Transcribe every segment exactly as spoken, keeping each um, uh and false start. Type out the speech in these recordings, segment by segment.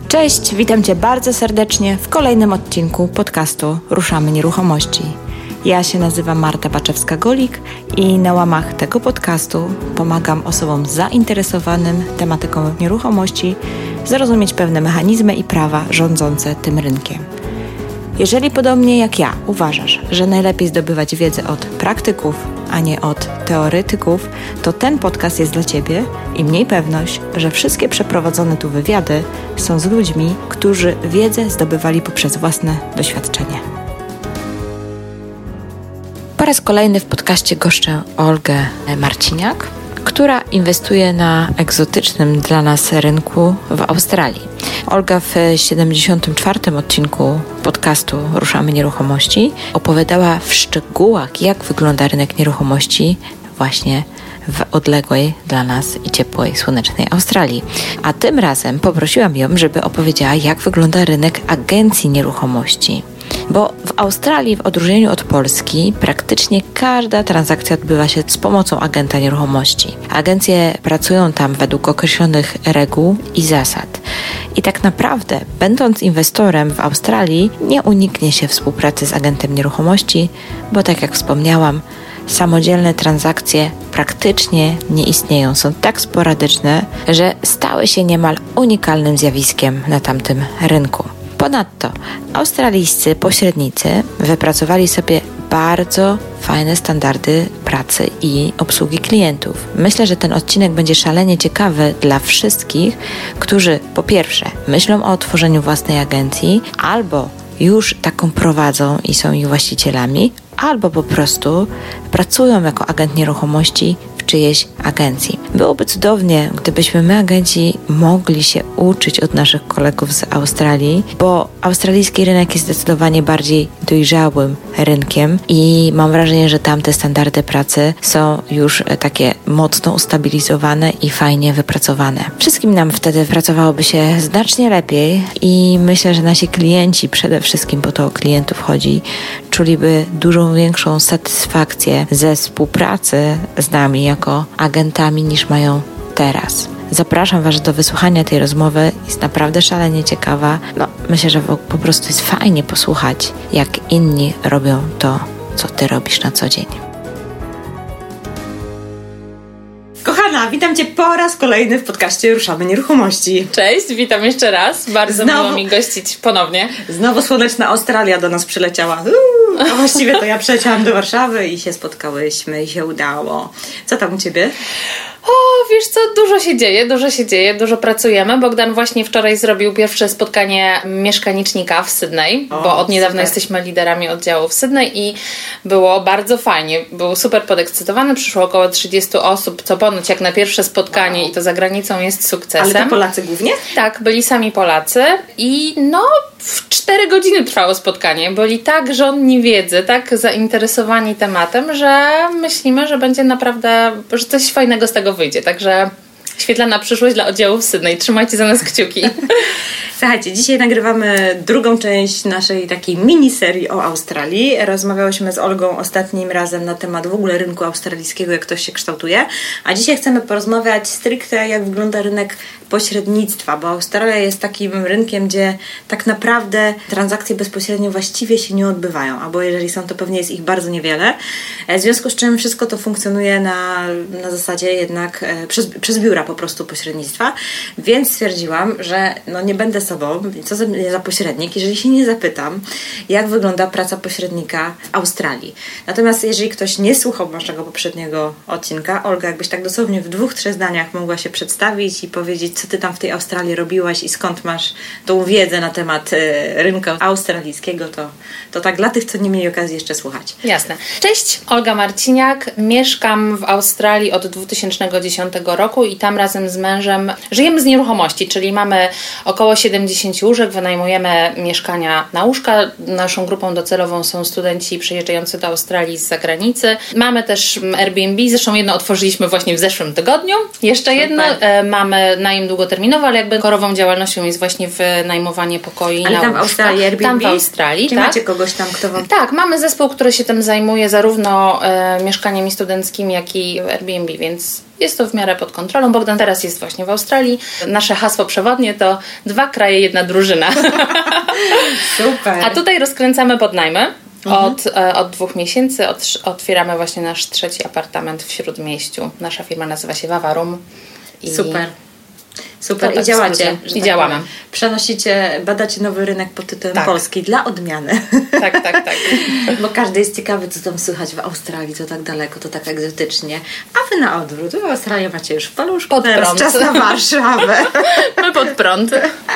Cześć, witam Cię bardzo serdecznie w kolejnym odcinku podcastu Ruszamy Nieruchomości. Ja się nazywam Marta Baczewska-Golik i na łamach tego podcastu pomagam osobom zainteresowanym tematyką nieruchomości zrozumieć pewne mechanizmy i prawa rządzące tym rynkiem. Jeżeli podobnie jak ja uważasz, że najlepiej zdobywać wiedzę od praktyków, a nie od teoretyków, to ten podcast jest dla Ciebie i miej pewność, że wszystkie przeprowadzone tu wywiady są z ludźmi, którzy wiedzę zdobywali poprzez własne doświadczenie. Po raz kolejny w podcaście goszczę Olgę Marciniak, która inwestuje na egzotycznym dla nas rynku w Australii. Olga w siedemdziesiątym czwartym odcinku podcastu Ruszamy Nieruchomości opowiadała w szczegółach, jak wygląda rynek nieruchomości właśnie w odległej dla nas i ciepłej, słonecznej Australii. A tym razem poprosiłam ją, żeby opowiedziała, jak wygląda rynek agencji nieruchomości. Bo w Australii, w odróżnieniu od Polski, praktycznie każda transakcja odbywa się z pomocą agenta nieruchomości. Agencje pracują tam według określonych reguł i zasad. I tak naprawdę, będąc inwestorem w Australii, nie uniknie się współpracy z agentem nieruchomości, bo tak jak wspomniałam, samodzielne transakcje praktycznie nie istnieją. Są tak sporadyczne, że stały się niemal unikalnym zjawiskiem na tamtym rynku. Ponadto australijscy pośrednicy wypracowali sobie bardzo fajne standardy pracy i obsługi klientów. Myślę, że ten odcinek będzie szalenie ciekawy dla wszystkich, którzy po pierwsze myślą o otworzeniu własnej agencji, albo już taką prowadzą i są ich właścicielami, albo po prostu pracują jako agent nieruchomości w czyjejś agencji. Byłoby cudownie, gdybyśmy my, agenci, mogli się uczyć od naszych kolegów z Australii, bo australijski rynek jest zdecydowanie bardziej dojrzałym rynkiem i mam wrażenie, że tam te standardy pracy są już takie mocno ustabilizowane i fajnie wypracowane. Wszystkim nam wtedy pracowałoby się znacznie lepiej i myślę, że nasi klienci, przede wszystkim, bo to o klientów chodzi, czuliby dużą większą satysfakcję ze współpracy z nami jako agentami niż mają teraz. Zapraszam Was do wysłuchania tej rozmowy. Jest naprawdę szalenie ciekawa. No, myślę, że po prostu jest fajnie posłuchać, jak inni robią to, co Ty robisz na co dzień. Kochana, witam Cię po raz kolejny w podcaście Ruszamy Nieruchomości. Cześć, witam jeszcze raz. Bardzo Znowu... miło mi gościć ponownie. Znowu słoneczna Australia do nas przyleciała. Uuu, a właściwie to ja przyleciałam do Warszawy i się spotkałyśmy i się udało. Co tam u Ciebie? O, wiesz co, dużo się dzieje, dużo się dzieje, dużo pracujemy. Bogdan właśnie wczoraj zrobił pierwsze spotkanie mieszkanicznika w Sydney, o, bo od niedawna super. Jesteśmy liderami oddziału w Sydney i było bardzo fajnie. Był super podekscytowany, przyszło około trzydzieści osób, co ponoć jak na pierwsze spotkanie wow. i to za granicą jest sukcesem. Ale to Polacy głównie? Tak, byli sami Polacy i no w cztery godziny trwało spotkanie. Byli tak żądni wiedzy, tak zainteresowani tematem, że myślimy, że będzie naprawdę, że coś fajnego z tego wyjdzie. Także świetlana przyszłość dla oddziału w Sydney. Trzymajcie za nas kciuki. Słuchajcie, dzisiaj nagrywamy drugą część naszej takiej miniserii o Australii. Rozmawiałyśmy z Olgą ostatnim razem na temat w ogóle rynku australijskiego, jak to się kształtuje. A dzisiaj chcemy porozmawiać stricte, jak wygląda rynek pośrednictwa, bo Australia jest takim rynkiem, gdzie tak naprawdę transakcje bezpośrednio właściwie się nie odbywają, albo jeżeli są, to pewnie jest ich bardzo niewiele. W związku z czym wszystko to funkcjonuje na, na zasadzie jednak przez, przez biura po prostu pośrednictwa, więc stwierdziłam, że no nie będę sobą, co za pośrednik, jeżeli się nie zapytam, jak wygląda praca pośrednika w Australii. Natomiast jeżeli ktoś nie słuchał naszego poprzedniego odcinka, Olga, jakbyś tak dosłownie w dwóch, trzech zdaniach mogła się przedstawić i powiedzieć, co ty tam w tej Australii robiłaś i skąd masz tą wiedzę na temat y, rynku australijskiego, to, to tak dla tych, co nie mieli okazji jeszcze słuchać. Jasne. Cześć, Olga Marciniak. Mieszkam w Australii od dwa tysiące dziesiątego roku i tam razem z mężem żyjemy z nieruchomości, czyli mamy około siedemdziesiąt łóżek, wynajmujemy mieszkania na łóżka. Naszą grupą docelową są studenci przyjeżdżający do Australii z zagranicy. Mamy też Airbnb, zresztą jedno otworzyliśmy właśnie w zeszłym tygodniu. Jeszcze Super. jedno. E, mamy najem długoterminowy, ale jakby korową działalnością jest właśnie wynajmowanie pokoi ale na tam w Australii Airbnb? Tam w Australii, Czy tak. macie kogoś tam, kto wam... Tak, mamy zespół, który się tym zajmuje zarówno e, mieszkaniami studenckimi, jak i Airbnb, więc jest to w miarę pod kontrolą. Bogdan teraz jest właśnie w Australii. Nasze hasło przewodnie to dwa kraje, jedna drużyna. Super. A tutaj rozkręcamy podnajmy. Mhm. Od, od dwóch miesięcy od, otwieramy właśnie nasz trzeci apartament w Śródmieściu. Nasza firma nazywa się Vavarum. I super. Super. Tak I działacie. I tak działamy. Powiem. Przenosicie, badacie nowy rynek pod tytułem tak. Polski dla odmiany. Tak, tak, tak. Bo każdy jest ciekawy, co tam słychać w Australii, to tak daleko, to tak egzotycznie. A wy na odwrót. W Australii macie już w paluszku, pod teraz prąd. Czas na Warszawę. My pod prąd.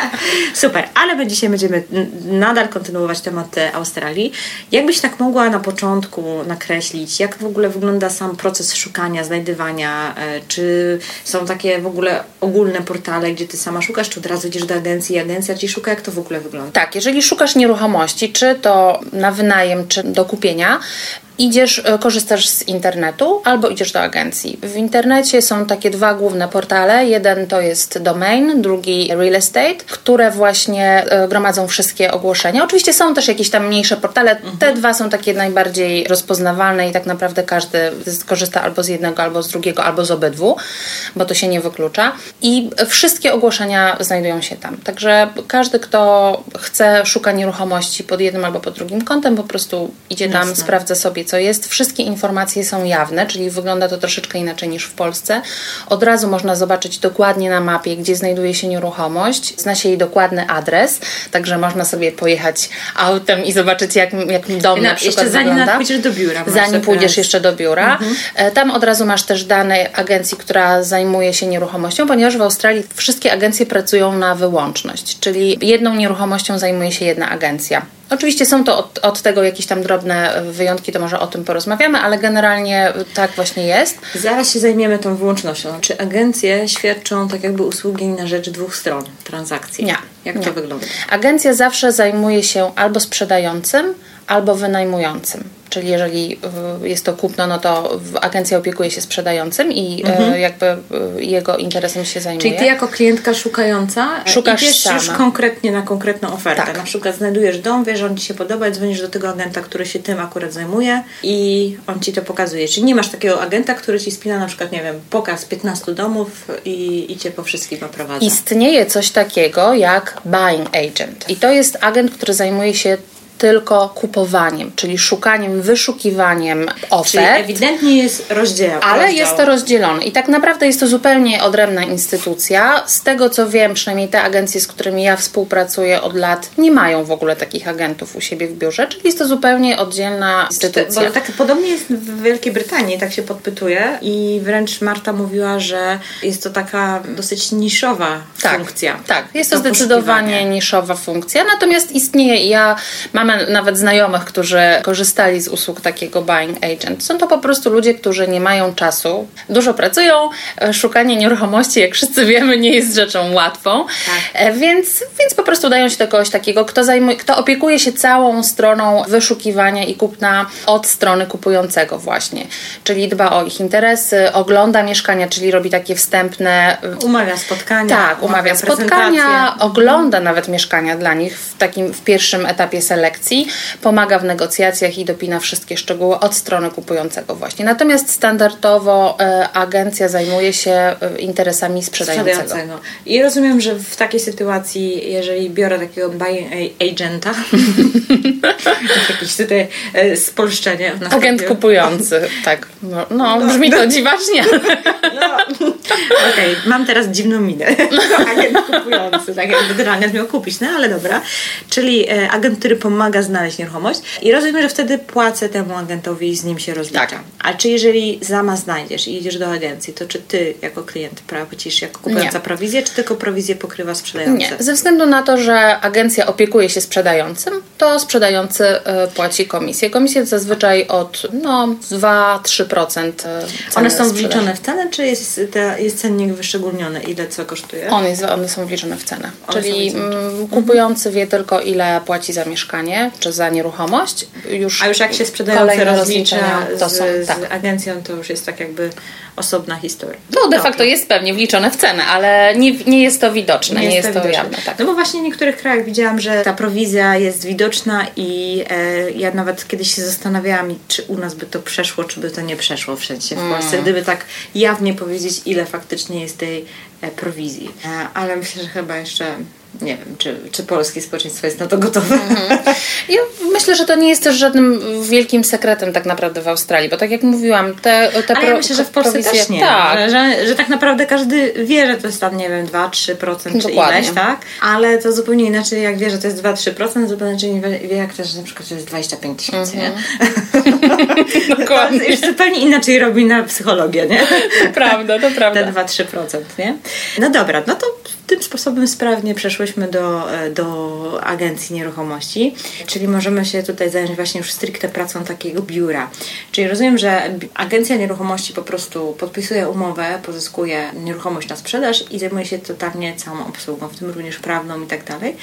Super, ale my dzisiaj będziemy nadal kontynuować temat Australii. Jakbyś tak mogła na początku nakreślić, jak w ogóle wygląda sam proces szukania, znajdywania, czy są takie w ogóle ogólne portale, gdzie ty sama szukasz, czy od razu idziesz do agencji i agencja ci szuka, jak to w ogóle wygląda? Tak, jeżeli szukasz nieruchomości, czy to na wynajem, czy do kupienia, idziesz, korzystasz z internetu albo idziesz do agencji. W internecie są takie dwa główne portale. Jeden to jest Domain, drugi Real Estate, które właśnie gromadzą wszystkie ogłoszenia. Oczywiście są też jakieś tam mniejsze portale. Mhm. Te dwa są takie najbardziej rozpoznawalne i tak naprawdę każdy skorzysta albo z jednego, albo z drugiego, albo z obydwu, bo to się nie wyklucza. I wszystkie ogłoszenia znajdują się tam. Także każdy, kto chce, szuka nieruchomości pod jednym albo pod drugim kątem, po prostu idzie tam, Jasne. sprawdza sobie, co jest. Wszystkie informacje są jawne, czyli wygląda to troszeczkę inaczej niż w Polsce. Od razu można zobaczyć dokładnie na mapie, gdzie znajduje się nieruchomość. Zna się jej dokładny adres, także można sobie pojechać autem i zobaczyć, jak, jak dom no, na przykład jeszcze zanim wygląda. pójdziesz do biura. Zanim pójdziesz jeszcze do biura. Mhm. Tam od razu masz też dane agencji, która zajmuje się nieruchomością, ponieważ w Australii wszystkie agencje pracują na wyłączność, czyli jedną nieruchomością zajmuje się jedna agencja. Oczywiście są to od, od tego jakieś tam drobne wyjątki, to może o tym porozmawiamy, ale generalnie tak właśnie jest. Zaraz się zajmiemy tą wyłącznością. Czy agencje świadczą tak jakby usługi na rzecz dwóch stron transakcji? Nie. Jak nie. to wygląda? Agencja zawsze zajmuje się albo sprzedającym, albo wynajmującym. Czyli jeżeli jest to kupno, no to agencja opiekuje się sprzedającym i mhm. jakby jego interesem się zajmuje. Czyli ty jako klientka szukająca Szukasz idziesz sama. już konkretnie na konkretną ofertę. Tak. Na przykład znajdujesz dom, wiesz, że on ci się podoba i dzwonisz do tego agenta, który się tym akurat zajmuje i on ci to pokazuje. Czyli nie masz takiego agenta, który ci spina na przykład, nie wiem, pokaz piętnastu domów i, i cię po wszystkim oprowadza. Istnieje coś takiego jak buying agent. I to jest agent, który zajmuje się tylko kupowaniem, czyli szukaniem, wyszukiwaniem ofert. Czyli ewidentnie jest rozdział. Ale rozdział. jest to rozdzielone. I tak naprawdę jest to zupełnie odrębna instytucja. Z tego co wiem, przynajmniej te agencje, z którymi ja współpracuję od lat, nie mają w ogóle takich agentów u siebie w biurze, czyli jest to zupełnie oddzielna instytucja. Bo tak podobnie jest w Wielkiej Brytanii, tak się podpytuje i wręcz Marta mówiła, że jest to taka dosyć niszowa tak, funkcja. Tak, jest to zdecydowanie niszowa funkcja, natomiast istnieje i ja mamy nawet znajomych, którzy korzystali z usług takiego buying agent. Są to po prostu ludzie, którzy nie mają czasu, dużo pracują, szukanie nieruchomości, jak wszyscy wiemy, nie jest rzeczą łatwą, tak. więc, więc po prostu dają się do kogoś takiego, kto, zajmuje, kto opiekuje się całą stroną wyszukiwania i kupna od strony kupującego właśnie, czyli dba o ich interesy, ogląda mieszkania, czyli robi takie wstępne... Umawia spotkania. Tak, umawia spotkania, ogląda nawet mieszkania dla nich w takim w pierwszym etapie selekcji, pomaga w negocjacjach i dopina wszystkie szczegóły od strony kupującego właśnie. Natomiast standardowo e, agencja zajmuje się e, interesami sprzedającego. sprzedającego. I rozumiem, że w takiej sytuacji, jeżeli biorę takiego buying agenta, jakieś tutaj e, spolszczenie. Agent takiego... kupujący, tak. No, no, brzmi to dziwacznie. No. Okej, okay, mam teraz dziwną minę. Agent kupujący, tak jakby generalnie miał kupić, no ale dobra. Czyli e, agent, który pomaga znaleźć nieruchomość i rozumiem, że wtedy płacę temu agentowi i z nim się rozlicza. Tak. A czy jeżeli sama znajdziesz i idziesz do agencji, to czy ty jako klient płacisz jako kupująca Nie. prowizję, czy tylko prowizję pokrywa sprzedający? Nie. Ze względu na to, że agencja opiekuje się sprzedającym, to sprzedający y, płaci komisję. Komisję zazwyczaj od no, dwa do trzech procent ceny. One są wliczone w cenę, czy jest, ta, jest cennik wyszczególniony, ile co kosztuje? On jest, one są wliczone w cenę. One Czyli m, kupujący wie tylko, ile płaci za mieszkanie, czy za nieruchomość. Już A już jak się sprzedający rozlicza to z, są, z tak. agencją, to już jest tak jakby osobna historia. No de facto jest pewnie wliczone w cenę, ale nie, nie jest to widoczne, nie, nie jest, jest to jawne. Tak. No bo właśnie w niektórych krajach widziałam, że ta prowizja jest widoczna i e, ja nawet kiedyś się zastanawiałam, czy u nas by to przeszło, czy by to nie przeszło wszędzie w mm. Polsce, gdyby tak jawnie powiedzieć, ile faktycznie jest tej e, prowizji. E, ale myślę, że chyba jeszcze nie wiem, czy, czy polskie społeczeństwo jest na to gotowe. Mm-hmm. Ja myślę, że to nie jest też żadnym wielkim sekretem tak naprawdę w Australii, bo tak jak mówiłam, te, te Ale pro, ja myślę, że w Polsce prowizje, też nie. Tak. Że, że, że tak naprawdę każdy wie, że to jest tam, nie wiem, dwa do trzech procent czy ileś, tak? Ale to zupełnie inaczej, jak wie, że to jest dwa do trzech procent, zupełnie inaczej wie, jak też na przykład to jest dwadzieścia pięć tysięcy, mm-hmm. Dokładnie. To już zupełnie inaczej robi na psychologię, nie? To prawda, to prawda. Te dwa do trzech procent, nie? No dobra, no to tym sposobem sprawnie przeszłyśmy do, do agencji nieruchomości, czyli możemy się tutaj zająć właśnie już stricte pracą takiego biura. Czyli rozumiem, że agencja nieruchomości po prostu podpisuje umowę, pozyskuje nieruchomość na sprzedaż i zajmuje się totalnie całą obsługą, w tym również prawną i tak dalej?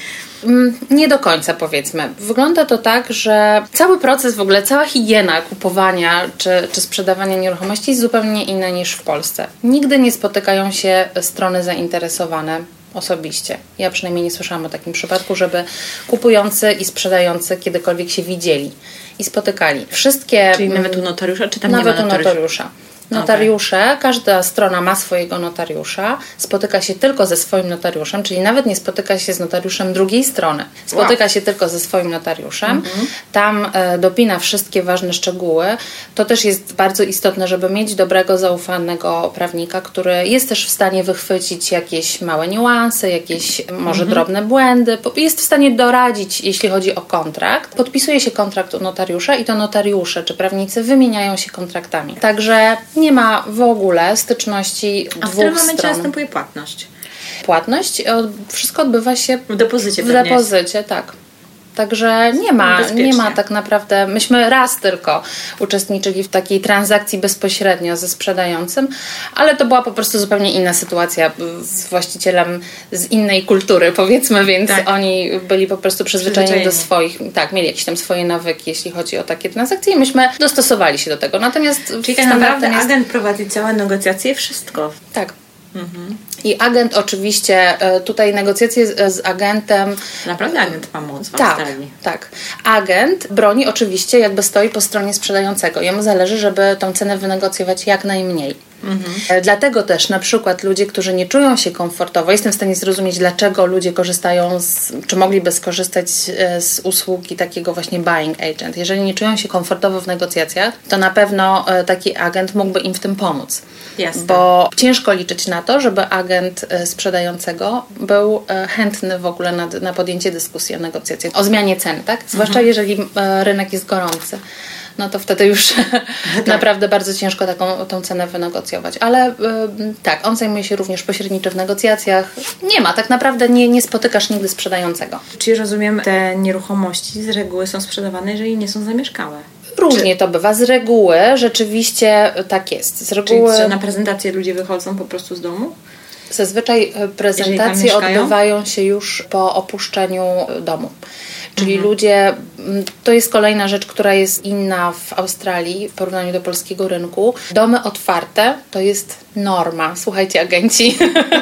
Nie do końca, powiedzmy. Wygląda to tak, że cały proces, w ogóle cała higiena kupowania czy, czy sprzedawania nieruchomości jest zupełnie inna niż w Polsce. Nigdy nie spotykają się strony zainteresowane osobiście. Ja przynajmniej nie słyszałam o takim przypadku, żeby kupujący i sprzedający kiedykolwiek się widzieli i spotykali. Wszystkie... Czyli nawet u notariusza, czy tam nawet nie ma notariusza? notariusza. Notariusze, okay. Każda strona ma swojego notariusza, spotyka się tylko ze swoim notariuszem, czyli nawet nie spotyka się z notariuszem drugiej strony. Spotyka wow. się tylko ze swoim notariuszem. Mm-hmm. Tam e, dopina wszystkie ważne szczegóły. To też jest bardzo istotne, żeby mieć dobrego, zaufanego prawnika, który jest też w stanie wychwycić jakieś małe niuanse, jakieś może mm-hmm. drobne błędy. Jest w stanie doradzić, jeśli chodzi o kontrakt. Podpisuje się kontrakt u notariusza i to notariusze czy prawnicy wymieniają się kontraktami. Także nie ma w ogóle styczności dwóch stron. A w którym momencie następuje płatność? Płatność? Wszystko odbywa się w depozycie. W depozycie, jest. Tak. Także nie ma, nie ma tak naprawdę, myśmy raz tylko uczestniczyli w takiej transakcji bezpośrednio ze sprzedającym, ale to była po prostu zupełnie inna sytuacja z właścicielem z innej kultury, powiedzmy, więc tak. Oni byli po prostu przyzwyczajeni do swoich, tak, mieli jakieś tam swoje nawyki, jeśli chodzi o takie transakcje i myśmy dostosowali się do tego. Natomiast czyli tak naprawdę jest... agent prowadzi całe negocjacje, wszystko. Tak. Mhm. I agent oczywiście, tutaj negocjacje z, z agentem... Naprawdę agent ma moc w tak, Australii. Tak. Agent broni oczywiście, jakby stoi po stronie sprzedającego. Jemu zależy, żeby tą cenę wynegocjować jak najmniej. Mhm. Dlatego też na przykład ludzie, którzy nie czują się komfortowo, jestem w stanie zrozumieć, dlaczego ludzie korzystają z, czy mogliby skorzystać z usługi takiego właśnie buying agent. Jeżeli nie czują się komfortowo w negocjacjach, to na pewno taki agent mógłby im w tym pomóc. Jasne. Bo ciężko liczyć na to, żeby agent sprzedającego był chętny w ogóle na, na podjęcie dyskusji o negocjacjach, o zmianie cen, tak? Zwłaszcza mhm. jeżeli rynek jest gorący. No to wtedy już tak. naprawdę bardzo ciężko taką tą cenę wynegocjować. Ale y, tak, on zajmuje się również pośredniczo w negocjacjach. Nie ma, tak naprawdę nie, nie spotykasz nigdy sprzedającego. Czyli rozumiem, te nieruchomości z reguły są sprzedawane, jeżeli nie są zamieszkałe. Różnie Czy... to bywa. Z reguły rzeczywiście tak jest. Z reguły... Czyli na prezentację ludzie wychodzą po prostu z domu? Zazwyczaj prezentacje odbywają się już po opuszczeniu domu. Czyli mhm. ludzie, to jest kolejna rzecz, która jest inna w Australii w porównaniu do polskiego rynku. Domy otwarte to jest norma. Słuchajcie, agenci,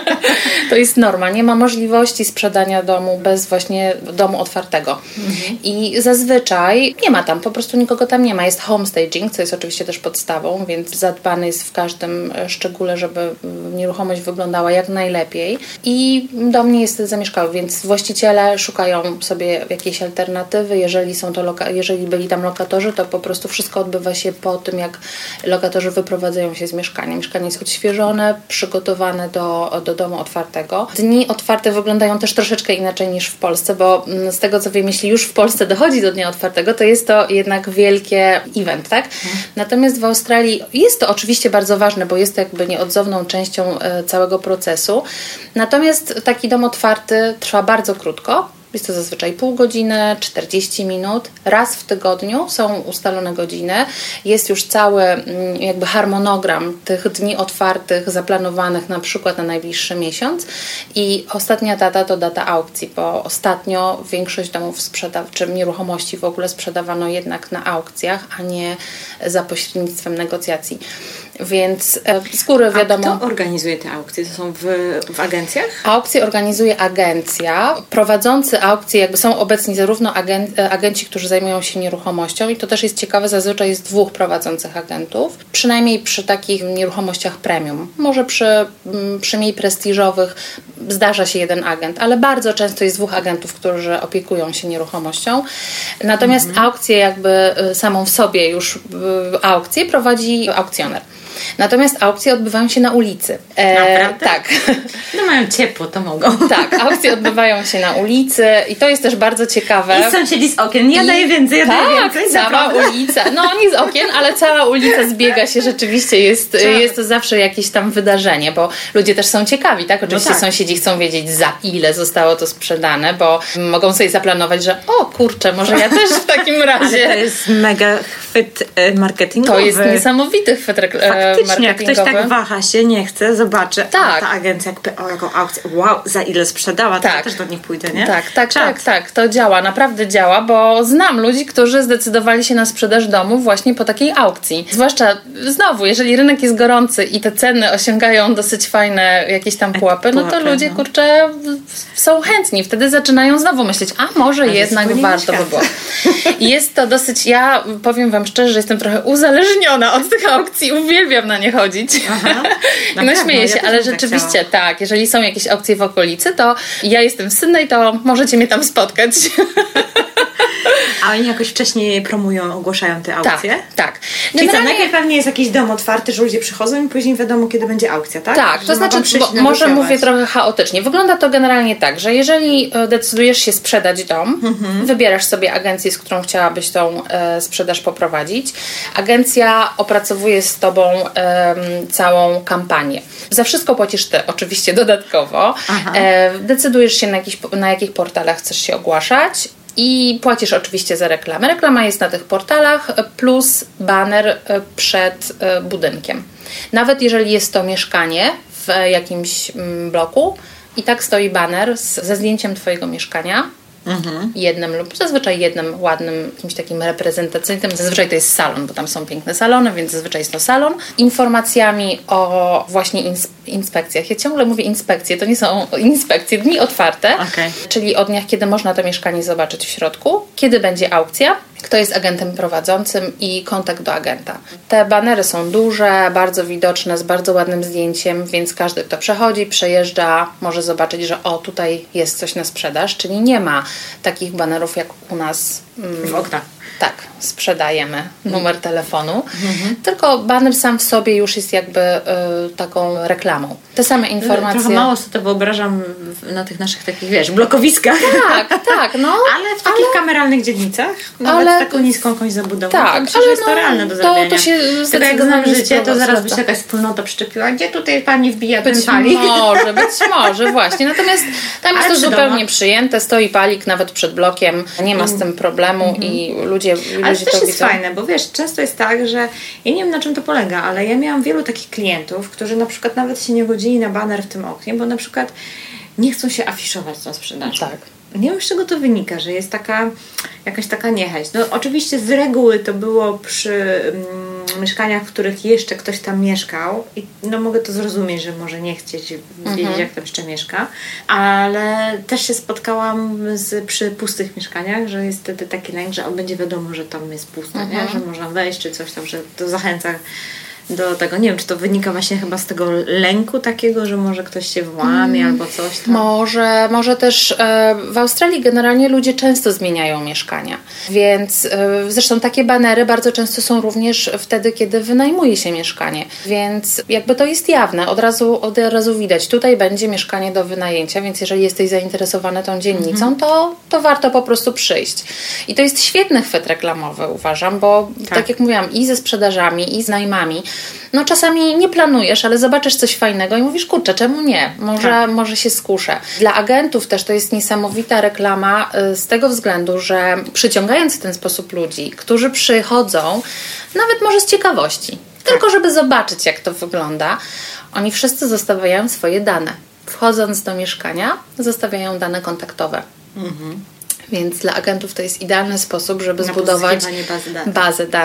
to jest norma. Nie ma możliwości sprzedania domu bez właśnie domu otwartego. Mhm. I zazwyczaj nie ma tam, po prostu nikogo tam nie ma. Jest homestaging, co jest oczywiście też podstawą, więc zadbany jest w każdym szczególe, żeby nieruchomość wyglądała jak najlepiej. I dom nie jest zamieszkały, więc właściciele szukają sobie jakiejś alternatywy. Jeżeli są to loka- jeżeli byli tam lokatorzy, to po prostu wszystko odbywa się po tym, jak lokatorzy wyprowadzają się z mieszkania. Mieszkanie jest odświeżone, przygotowane do, do domu otwartego. Dni otwarte wyglądają też troszeczkę inaczej niż w Polsce, bo z tego co wiem, jeśli już w Polsce dochodzi do dnia otwartego, to jest to jednak wielkie event, tak? Mhm. Natomiast w Australii jest to oczywiście bardzo ważne, bo jest to jakby nieodzowną częścią całego procesu. Natomiast taki dom otwarty trwa bardzo krótko. Jest to zazwyczaj pół godziny, czterdzieści minut. Raz w tygodniu są ustalone godziny. Jest już cały jakby harmonogram tych dni otwartych, zaplanowanych na przykład na najbliższy miesiąc. I ostatnia data to data aukcji, bo ostatnio większość domów sprzeda- czy nieruchomości w ogóle sprzedawano jednak na aukcjach, a nie za pośrednictwem negocjacji. Więc z góry wiadomo... A kto organizuje te aukcje? To są w, w agencjach? Aukcje organizuje agencja. Prowadzący aukcje jakby są obecni zarówno agen, agenci, którzy zajmują się nieruchomością i to też jest ciekawe, zazwyczaj jest dwóch prowadzących agentów. Przynajmniej przy takich nieruchomościach premium. Może przy, przy mniej prestiżowych zdarza się jeden agent, ale bardzo często jest dwóch agentów, którzy opiekują się nieruchomością. Natomiast mhm. aukcję jakby samą w sobie już aukcję prowadzi aukcjoner. Natomiast aukcje odbywają się na ulicy. E, Naprawdę? Tak. No mają ciepło, to mogą. Tak, aukcje odbywają się na ulicy i to jest też bardzo ciekawe. I sąsiedzi z okien. Ja I, daję więcej, ja tak, daję więcej. Cała naprawdę. ulica. No nie z okien, ale cała ulica zbiega się rzeczywiście. Jest, jest to zawsze jakieś tam wydarzenie, bo ludzie też są ciekawi, tak? Oczywiście no tak. Sąsiedzi chcą wiedzieć, za ile zostało to sprzedane, bo mogą sobie zaplanować, że o kurczę, może ja też w takim razie. Ale to jest mega chwyt marketingowy. To jest niesamowity chwyt marketingowy. Faktycznie, jak ktoś tak waha się, nie chce, zobaczy, tak. a ta agencja jakby, o jaką aukcję, wow, za ile sprzedała, to tak. ja też do nich pójdę, nie? Tak, tak, Czad. tak, tak, to działa, naprawdę działa, bo znam ludzi, którzy zdecydowali się na sprzedaż domu właśnie po takiej aukcji. Zwłaszcza, znowu, jeżeli rynek jest gorący i te ceny osiągają dosyć fajne jakieś tam pułapy, no to ludzie, kurczę, są chętni. Wtedy zaczynają znowu myśleć, a może a jednak warto by było. Jest to dosyć, ja powiem wam szczerze, że jestem trochę uzależniona od tych aukcji, uwielbiam na nie chodzić. Aha, no pewno, śmieję się, ja ale rzeczywiście tak, tak, jeżeli są jakieś aukcje w okolicy, to ja jestem w Sydney, to możecie mnie tam spotkać. A oni jakoś wcześniej promują, ogłaszają te aukcje? Tak, tak. Czyli co, najpierw pewnie jest jakiś dom otwarty, że ludzie przychodzą i później wiadomo, kiedy będzie aukcja, tak? Tak, że to znaczy, bo, może mówię trochę chaotycznie. Wygląda to generalnie tak, że jeżeli decydujesz się sprzedać dom, mhm. wybierasz sobie agencję, z którą chciałabyś tą e, sprzedaż poprowadzić. Agencja opracowuje z tobą e, całą kampanię. Za wszystko płacisz ty, oczywiście dodatkowo. E, decydujesz się na, jakiś, na jakich portalach chcesz się ogłaszać. I płacisz oczywiście za reklamę. Reklama jest na tych portalach plus baner przed budynkiem. Nawet jeżeli jest to mieszkanie w jakimś bloku i tak stoi baner z, ze zdjęciem twojego mieszkania, mhm. jednym lub zazwyczaj jednym ładnym, jakimś takim reprezentacyjnym. Zazwyczaj to jest salon, bo tam są piękne salony, więc zazwyczaj jest to salon. Informacjami o właśnie ins- inspekcjach. Ja ciągle mówię inspekcje, to nie są inspekcje, dni otwarte, okay. czyli o dniach, kiedy można to mieszkanie zobaczyć w środku, kiedy będzie aukcja, kto jest agentem prowadzącym i kontakt do agenta. Te banery są duże, bardzo widoczne, z bardzo ładnym zdjęciem, więc każdy, kto przechodzi, przejeżdża, może zobaczyć, że o, tutaj jest coś na sprzedaż, czyli nie ma takich banerów jak u nas w oknach. Tak, sprzedajemy numer telefonu, mhm. tylko baner sam w sobie już jest jakby y, taką reklamą. Te same informacje. Trochę mało sobie to wyobrażam na tych naszych takich, wiesz, blokowiskach. Tak, tak, no. Ale w takich ale, kameralnych dzielnicach, nawet ale, taką niską jakąś zabudową, tak, to ale jest no, to realne do zrobienia. To, to się Tylko jak znam życie, to zaraz by się jakaś wspólnota przyczepiła. Gdzie tutaj pani wbija być ten palik? może, być może, właśnie. Natomiast tam jest ale to zupełnie domach. przyjęte, stoi palik nawet przed blokiem, nie ma z tym problemu mm. i ludzie, ale ludzie to to jest widzą. fajne, bo wiesz, często jest tak, że ja nie wiem, na czym to polega, ale ja miałam wielu takich klientów, którzy na przykład nawet się nie godzili na baner w tym oknie, bo na przykład nie chcą się afiszować tą sprzedażą. Tak. Nie wiem, z czego to wynika, że jest taka jakaś taka niechęć. No oczywiście z reguły to było przy mm, mieszkaniach, w których jeszcze ktoś tam mieszkał i no mogę to zrozumieć, że może nie chcieć wiedzieć, mhm. jak tam jeszcze mieszka, ale też się spotkałam z, przy pustych mieszkaniach, że jest wtedy taki lęk, że on będzie wiadomo, że tam jest puste, mhm. nie? Że można wejść czy coś tam, że to zachęca do tego. Nie wiem, czy to wynika właśnie chyba z tego lęku takiego, że może ktoś się włamie mm, albo coś tam. Może, może też e, w Australii generalnie ludzie często zmieniają mieszkania, więc e, zresztą takie banery bardzo często są również wtedy, kiedy wynajmuje się mieszkanie, więc jakby to jest jawne, od razu, od razu widać, tutaj będzie mieszkanie do wynajęcia, więc jeżeli jesteś zainteresowany tą dzielnicą, mm-hmm. to, to warto po prostu przyjść. I to jest świetny chwyt reklamowy, uważam, bo tak, tak jak mówiłam, i ze sprzedażami, i z najmami, no czasami nie planujesz, ale zobaczysz coś fajnego i mówisz, kurczę, czemu nie? Może, tak. może się skuszę. Dla agentów też to jest niesamowita reklama z tego względu, że przyciągając w ten sposób ludzi, którzy przychodzą, nawet może z ciekawości, tak. tylko żeby zobaczyć, jak to wygląda, oni wszyscy zostawiają swoje dane. Wchodząc do mieszkania, zostawiają dane kontaktowe. Mhm. Więc dla agentów to jest idealny sposób, żeby na zbudować bazy danych. bazę danych.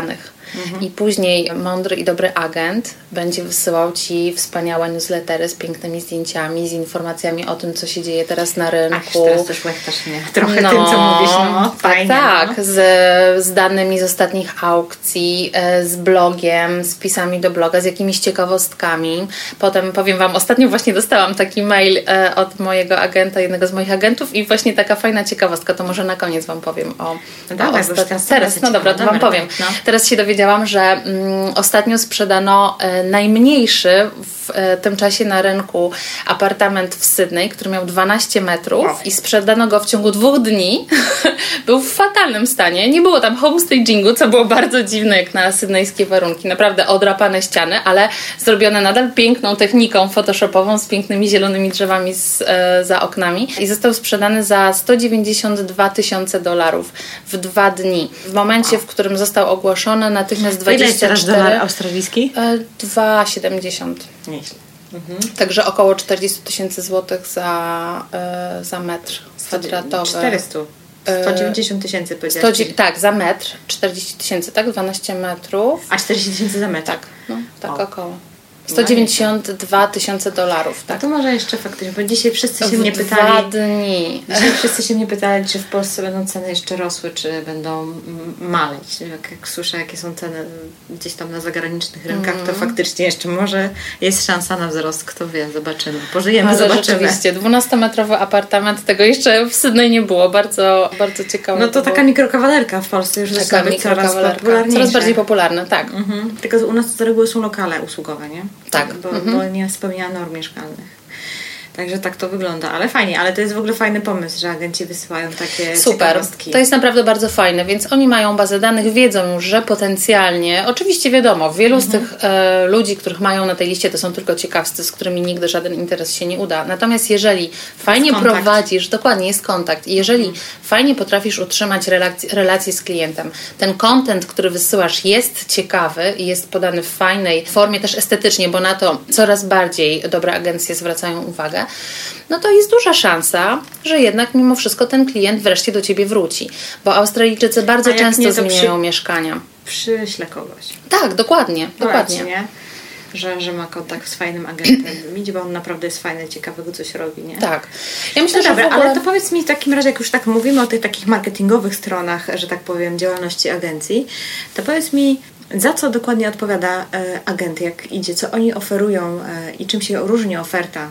Mhm. I później mądry i dobry agent będzie wysyłał Ci wspaniałe newslettery z pięknymi zdjęciami, z informacjami o tym, co się dzieje teraz na rynku. Ach, teraz też łechtasz mnie trochę no, tym, co mówisz. No, fajnie, tak, no. z, z danymi z ostatnich aukcji, z blogiem, z wpisami do bloga, z jakimiś ciekawostkami. Potem powiem Wam, ostatnio właśnie dostałam taki mail od mojego agenta, jednego z moich agentów i właśnie taka fajna ciekawostka, to może na koniec Wam powiem o, no dobra, o ostat... teraz, teraz, no dobra, to dobra, Wam powiem. No. Teraz się dowiedziałam, że mm, ostatnio sprzedano e, najmniejszy w e, tym czasie na rynku apartament w Sydney, który miał dwanaście metrów oh. i sprzedano go w ciągu dwóch dni. Był w fatalnym stanie. Nie było tam homestagingu, co było bardzo dziwne jak na sydnejskie warunki. Naprawdę odrapane ściany, ale zrobione nadal piękną techniką photoshopową z pięknymi zielonymi drzewami z, e, za oknami i został sprzedany za sto dziewięćdziesiąt dwa tysiące dolarów w dwa dni. W momencie, w którym został ogłoszony, natychmiast dwadzieścia cztery... dolar australijski? dwa siedemdziesiąt. Nieźle. Mhm. Także około czterdzieści tysięcy złotych za, y, za metr kwadratowy. czterysta. sto dziewięćdziesiąt tysięcy powiedziałeś. Tak, za metr. czterdzieści tysięcy, tak? dwanaście metrów. A czterdzieści tysięcy za metr? Tak, no, tak o. około. sto dziewięćdziesiąt dwa tysiące dolarów, tak? No to może jeszcze faktycznie, bo dzisiaj wszyscy się w mnie pytali. Dwa dni. Dzisiaj wszyscy się mnie pytali, czy w Polsce będą ceny jeszcze rosły, czy będą maleć. Jak, jak słyszę, jakie są ceny gdzieś tam na zagranicznych rynkach, mm. to faktycznie jeszcze może jest szansa na wzrost. Kto wie, zobaczymy. Pożyjemy, ale zobaczymy. Rzeczywiście, dwunastometrowy apartament, tego jeszcze w Sydney nie było. Bardzo, bardzo ciekawe. No to, to taka mikrokawalerka w Polsce już zaczyna być coraz popularniejsza. Coraz bardziej popularna, tak. Mhm. Tylko u nas to z reguły są lokale usługowe, nie? Tak. Bo, mhm. bo nie spełnia norm mieszkalnych. Także tak to wygląda, ale fajnie, ale to jest w ogóle fajny pomysł, że agenci wysyłają takie Super. ciekawostki. To jest naprawdę bardzo fajne, więc oni mają bazę danych, wiedzą już, że potencjalnie, oczywiście wiadomo, wielu mhm. z tych e, ludzi, których mają na tej liście, to są tylko ciekawscy, z którymi nigdy żaden interes się nie uda. Natomiast jeżeli fajnie prowadzisz, dokładnie jest kontakt i jeżeli mhm. fajnie potrafisz utrzymać relacje, relacje z klientem, ten content, który wysyłasz jest ciekawy i jest podany w fajnej formie, też estetycznie, bo na to coraz bardziej dobre agencje zwracają uwagę, no to jest duża szansa, że jednak mimo wszystko ten klient wreszcie do Ciebie wróci. Bo Australijczycy bardzo często nie, zmieniają przy... mieszkania. Przyślę kogoś. Tak, dokładnie. dokładnie. Nie? Że, że ma kontakt z fajnym agentem, bo on naprawdę jest fajny, ciekawego coś robi, nie? Tak. Ja myślę, no że dobra, w ogóle... ale to powiedz mi w takim razie, jak już tak mówimy o tych takich marketingowych stronach, że tak powiem, działalności agencji, to powiedz mi, za co dokładnie odpowiada e, agent, jak idzie, co oni oferują e, i czym się różni oferta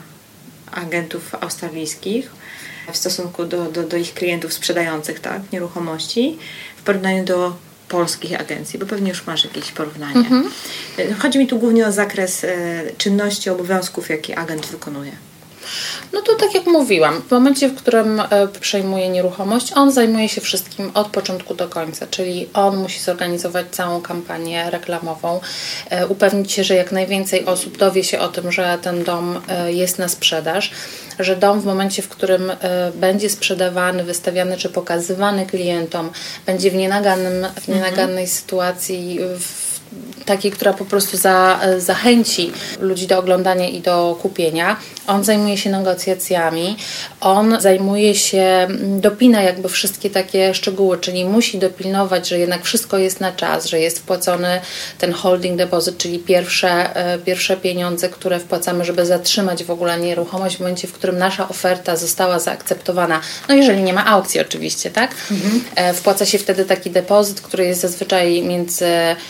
agentów australijskich w stosunku do, do, do ich klientów sprzedających, tak, nieruchomości w porównaniu do polskich agencji, bo pewnie już masz jakieś porównanie. Mhm. Chodzi mi tu głównie o zakres e, czynności, obowiązków, jakie agent wykonuje. No to tak jak mówiłam, w momencie, w którym e, przejmuje nieruchomość, on zajmuje się wszystkim od początku do końca, czyli on musi zorganizować całą kampanię reklamową, e, upewnić się, że jak najwięcej osób dowie się o tym, że ten dom e, jest na sprzedaż, że dom w momencie, w którym e, będzie sprzedawany, wystawiany czy pokazywany klientom, będzie w nienagannym, w nienagannej mhm. sytuacji, w takiej, która po prostu za, zachęci ludzi do oglądania i do kupienia. On zajmuje się negocjacjami, on zajmuje się, dopina jakby wszystkie takie szczegóły, czyli musi dopilnować, że jednak wszystko jest na czas, że jest wpłacony ten holding deposit, czyli pierwsze, pierwsze pieniądze, które wpłacamy, żeby zatrzymać w ogóle nieruchomość w momencie, w którym nasza oferta została zaakceptowana. No jeżeli nie ma aukcji oczywiście, tak? Mhm. Wpłaca się wtedy taki depozyt, który jest zazwyczaj między,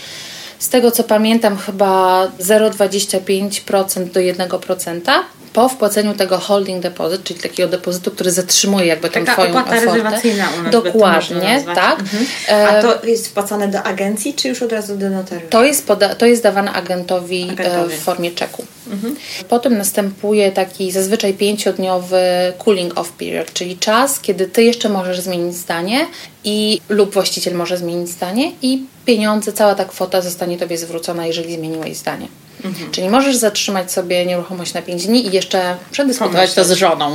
z tego co pamiętam, chyba zero przecinek dwadzieścia pięć procent do jeden procent po wpłaceniu tego holding deposit, czyli takiego depozytu, który zatrzymuje jakby tą Taka twoją opłata ofertę. rezerwacyjna u nas. Dokładnie, tak. Mhm. A to jest wpłacane do agencji, czy już od razu do notariusza? To jest, poda- to jest dawane agentowi, agentowi w formie czeku. Mhm. Potem następuje taki zazwyczaj pięciodniowy cooling off period, czyli czas, kiedy ty jeszcze możesz zmienić zdanie i lub właściciel może zmienić zdanie i pieniądze, cała ta kwota zostanie tobie zwrócona, jeżeli zmieniłeś zdanie. Mhm. Czyli możesz zatrzymać sobie nieruchomość na pięć dni i jeszcze przedyskutować to z żoną.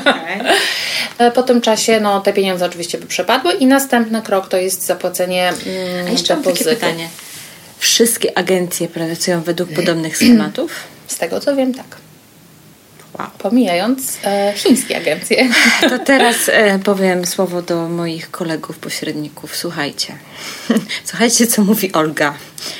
Okay. Po tym czasie no, te pieniądze oczywiście by przepadły i następny krok to jest zapłacenie mm, A jeszcze depozytu. mam takie pytanie. Wszystkie agencje pracują według podobnych schematów? Z tego co wiem, tak. Wow. Pomijając e, chińskie agencje. To teraz e, powiem słowo do moich kolegów, pośredników. Słuchajcie. Słuchajcie, co mówi Olga.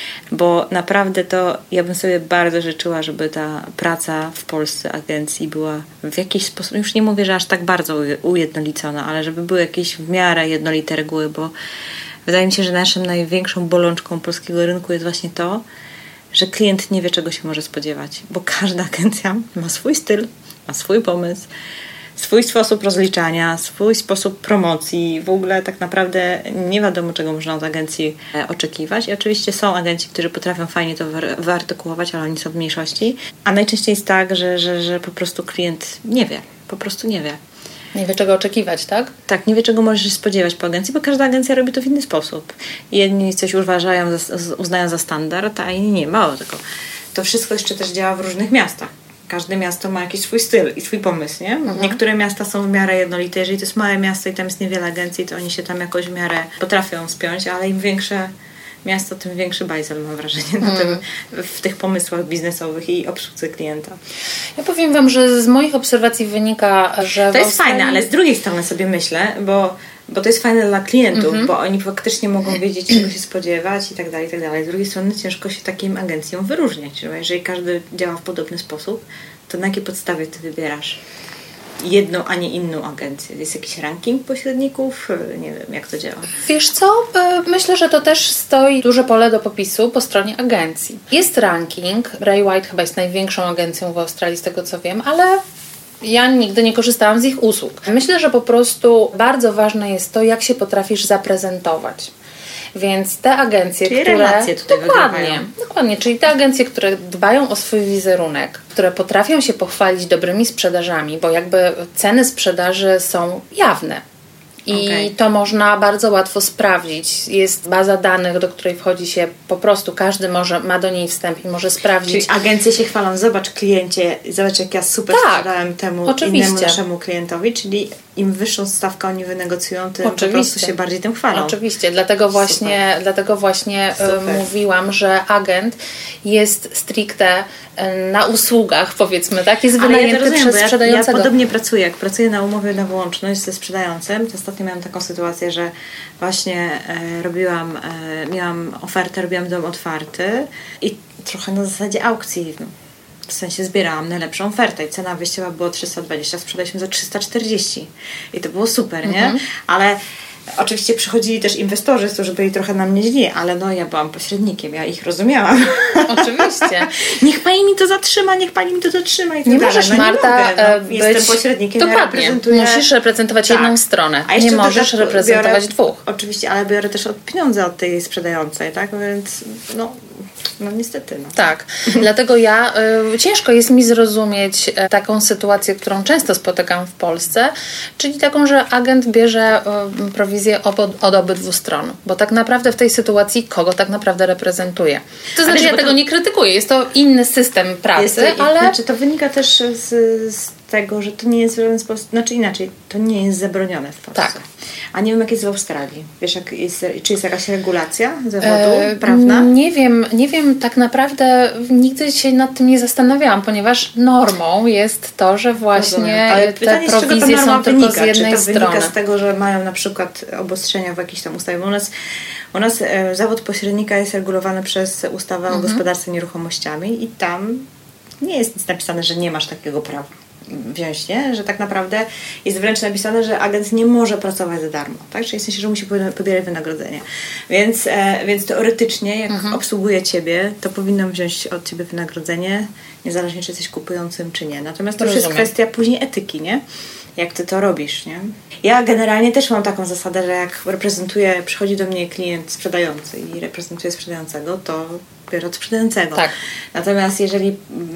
Bo naprawdę to ja bym sobie bardzo życzyła, żeby ta praca w Polsce agencji była w jakiś sposób, już nie mówię, że aż tak bardzo ujednolicona, ale żeby były jakieś w miarę jednolite reguły, bo wydaje mi się, że naszą największą bolączką polskiego rynku jest właśnie to, że klient nie wie, czego się może spodziewać, bo każda agencja ma swój styl, ma swój pomysł, swój sposób rozliczania, swój sposób promocji. W ogóle tak naprawdę nie wiadomo, czego można od agencji oczekiwać. I oczywiście są agenci, którzy potrafią fajnie to wyartykułować, ale oni są w mniejszości. A najczęściej jest tak, że, że, że po prostu klient nie wie. Po prostu nie wie. Nie wie, czego oczekiwać, tak? Tak, nie wie, czego możesz się spodziewać po agencji, bo każda agencja robi to w inny sposób. Jedni coś uważają, za, uznają za standard, a inni nie. Mało tego. To wszystko jeszcze też działa w różnych miastach. Każde miasto ma jakiś swój styl i swój pomysł, nie? Mhm. Niektóre miasta są w miarę jednolite. Jeżeli to jest małe miasto i tam jest niewiele agencji, to oni się tam jakoś w miarę potrafią spiąć, ale im większe miasto, tym większy bajzel, mam wrażenie, mm. na tym, w tych pomysłach biznesowych i obsłudze klienta. Ja powiem Wam, że z moich obserwacji wynika, że to jest Australii... fajne, ale z drugiej strony sobie myślę, bo Bo to jest fajne dla klientów, mm-hmm. bo oni faktycznie mogą wiedzieć, czego się spodziewać i tak dalej, i tak dalej. Z drugiej strony ciężko się takim agencjom wyróżniać. Że jeżeli każdy działa w podobny sposób, to na jakiej podstawie Ty wybierasz jedną, a nie inną agencję? Jest jakiś ranking pośredników? Nie wiem, jak to działa. Wiesz co? Myślę, że to też stoi duże pole do popisu po stronie agencji. Jest ranking. Ray White chyba jest największą agencją w Australii, z tego co wiem, ale ja nigdy nie korzystałam z ich usług. Myślę, że po prostu bardzo ważne jest to, jak się potrafisz zaprezentować. Więc te agencje, czyli które... relacje tutaj dokładnie, wygrywają. dokładnie, czyli te agencje, które dbają o swój wizerunek, które potrafią się pochwalić dobrymi sprzedażami, bo jakby ceny sprzedaży są jawne. I okay. to można bardzo łatwo sprawdzić. Jest baza danych, do której wchodzi się po prostu, każdy może, ma do niej wstęp i może sprawdzić. Czyli agencje się chwalą, zobacz kliencie, zobacz jak ja super tak, sprzedałem temu oczywiście. innemu naszemu klientowi, czyli im wyższą stawkę oni wynegocjują, tym oczywiście. po prostu się bardziej tym chwalą. Oczywiście, dlatego właśnie, dlatego właśnie mówiłam, że agent jest stricte na usługach, powiedzmy, tak? Jest wynajęty ja rozumiem, przez sprzedającego. Ja, ja podobnie pracuję, jak pracuję na umowie na wyłączność ze sprzedającym, to ostatnio miałam taką sytuację, że właśnie e, robiłam, e, miałam ofertę, robiłam dom otwarty i trochę na zasadzie aukcji, no. W sensie zbierałam najlepszą ofertę i cena wyjściowa była trzysta dwadzieścia, sprzedaliśmy za trzysta czterdzieści i to było super, nie? Mhm. Ale oczywiście przychodzili też inwestorzy, którzy byli trochę na mnie źli, ale no ja byłam pośrednikiem, ja ich rozumiałam. Oczywiście. Niech pani mi to zatrzyma, niech pani mi to zatrzyma i tak nie dalej. Możesz, no Marta, nie mogę, no. być... Jestem pośrednikiem, dokładnie. Ja reprezentuję... Musisz reprezentować tak. jedną stronę. A nie możesz reprezentować biorę, dwóch. Oczywiście, ale biorę też od pieniądze od tej sprzedającej, tak? Więc no... No niestety. No. Tak. Dlatego ja y, ciężko jest mi zrozumieć y, taką sytuację, którą często spotykam w Polsce, czyli taką, że agent bierze y, prowizję ob, od obydwu stron. Bo tak naprawdę w tej sytuacji kogo tak naprawdę reprezentuje. To znaczy, ja tego to... nie krytykuję. Jest to inny system pracy, jest to, ale... Znaczy, to wynika też z, z tego, że to nie jest w żaden sposób... Znaczy inaczej, to nie jest zabronione w Polsce. Tak. A nie wiem, jak jest w Australii. Wiesz, jak jest, czy jest jakaś regulacja zawodu e, prawna? Nie wiem, nie wiem, tak naprawdę nigdy się nad tym nie zastanawiałam, ponieważ normą jest to, że właśnie ale te prowizje są tylko wynika? z jednej czy to strony. Wynika z tego, że mają na przykład obostrzenia w jakiejś tam ustawie. U nas, u nas e, zawód pośrednika jest regulowany przez ustawę mhm. o gospodarce nieruchomościami i tam nie jest nic napisane, że nie masz takiego prawa wziąć, nie? Że tak naprawdę jest wręcz napisane, że agent nie może pracować za darmo, tak? Czyli w sensie, że musi pobierać wynagrodzenie. Więc, e, więc teoretycznie, jak mhm. obsługuje Ciebie, to powinnam wziąć od Ciebie wynagrodzenie, niezależnie czy jesteś kupującym, czy nie. Natomiast to już jest kwestia później etyki, nie? Jak Ty to robisz, nie? Ja generalnie też mam taką zasadę, że jak reprezentuję, przychodzi do mnie klient sprzedający i reprezentuję sprzedającego, to biorę od sprzedającego. Tak. Natomiast jeżeli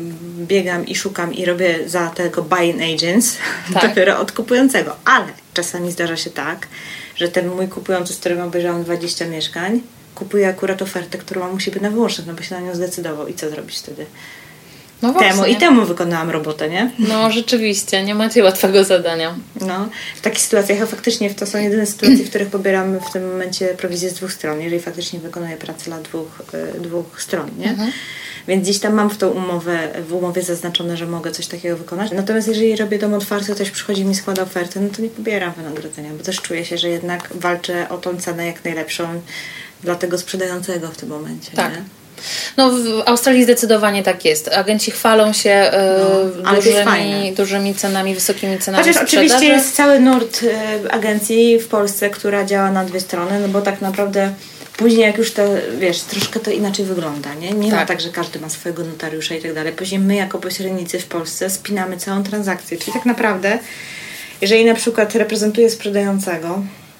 biegam i szukam i robię za tego buying agents, tak. to biorę od kupującego. Ale czasami zdarza się tak, że ten mój kupujący, z którym obejrzałam dwadzieścia mieszkań, kupuje akurat ofertę, którą musi być na wyłączność, no bo się na nią zdecydował. I co zrobić wtedy? No temu i temu wykonałam robotę, nie? No rzeczywiście, nie macie łatwego zadania. No, w takich sytuacjach, a faktycznie to są jedyne sytuacje, w których pobieramy w tym momencie prowizję z dwóch stron, jeżeli faktycznie wykonuję pracę dla dwóch, y, dwóch stron, nie? Mhm. Więc gdzieś tam mam w tą umowę, w umowie zaznaczone, że mogę coś takiego wykonać. Natomiast jeżeli robię dom otwarty, ktoś przychodzi mi składa ofertę, no to nie pobieram wynagrodzenia, bo też czuję się, że jednak walczę o tą cenę jak najlepszą dla tego sprzedającego w tym momencie. Tak. Nie? No w Australii zdecydowanie tak jest. Agenci chwalą się no, e, dużymi, dużymi cenami, wysokimi cenami Chociaż sprzedaży. oczywiście jest cały nurt e, agencji w Polsce, która działa na dwie strony, no bo tak naprawdę później jak już to, wiesz, troszkę to inaczej wygląda, nie? Nie tak. ma tak, że każdy ma swojego notariusza i tak dalej. Później my jako pośrednicy w Polsce spinamy całą transakcję. Czyli tak naprawdę, jeżeli na przykład reprezentuję sprzedającego,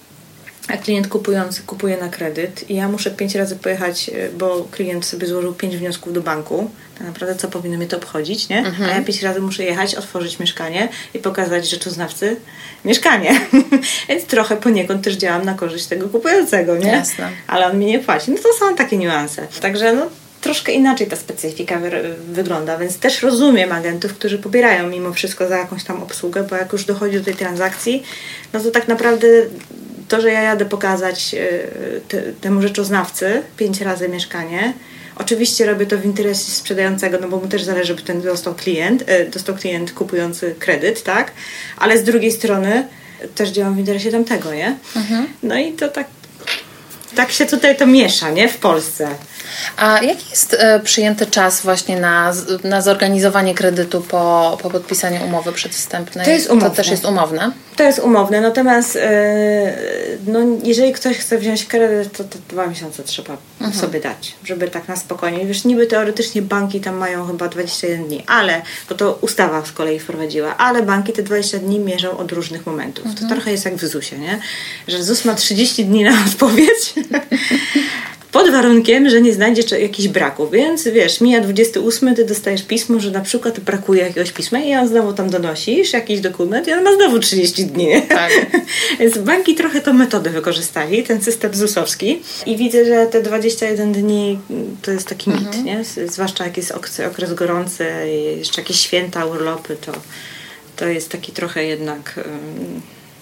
a klient kupujący kupuje na kredyt i ja muszę pięć razy pojechać, bo klient sobie złożył pięć wniosków do banku, tak naprawdę co powinno mnie to obchodzić, nie? Mhm. A ja pięć razy muszę jechać, otworzyć mieszkanie i pokazać rzeczoznawcy mieszkanie. Więc trochę poniekąd też działam na korzyść tego kupującego, nie? Jasne. Ale on mi nie płaci. No to są takie niuanse. Także no troszkę inaczej ta specyfika wy- wygląda, więc też rozumiem agentów, którzy pobierają mimo wszystko za jakąś tam obsługę, bo jak już dochodzi do tej transakcji, no to tak naprawdę to, że ja jadę pokazać te, temu rzeczoznawcy pięć razy mieszkanie, oczywiście robię to w interesie sprzedającego, no bo mu też zależy, żeby ten dostał klient, dostał klient kupujący kredyt, tak? Ale z drugiej strony też działam w interesie tamtego, nie? Mhm. No i to tak, tak się tutaj to miesza, nie? W Polsce. A jaki jest e, przyjęty czas właśnie na, na zorganizowanie kredytu po, po podpisaniu umowy przedwstępnej? To jest umowne. To też jest umowne? To jest umowne, natomiast e, no, jeżeli ktoś chce wziąć kredyt, to, to dwa miesiące trzeba mhm. sobie dać, żeby tak na spokojnie. Wiesz, niby teoretycznie banki tam mają chyba dwadzieścia jeden dni, ale, bo to ustawa z kolei wprowadziła, ale banki te dwadzieścia dni mierzą od różnych momentów. Mhm. To trochę jest jak w zusie, nie? Że ZUS ma trzydzieści dni na odpowiedź. Pod warunkiem, że nie znajdziesz jakichś braków. Więc wiesz, mija dwudziestego ósmego, ty dostajesz pismo, że na przykład brakuje jakiegoś pisma i on znowu tam donosisz jakiś dokument i on ma znowu trzydzieści dni. Tak. Więc banki trochę tą metodę wykorzystali, ten system zusowski. I widzę, że te dwadzieścia jeden dni to jest taki mit, mhm. nie? Zwłaszcza jak jest okres gorący, jeszcze jakieś święta, urlopy, to, to jest taki trochę jednak... Um,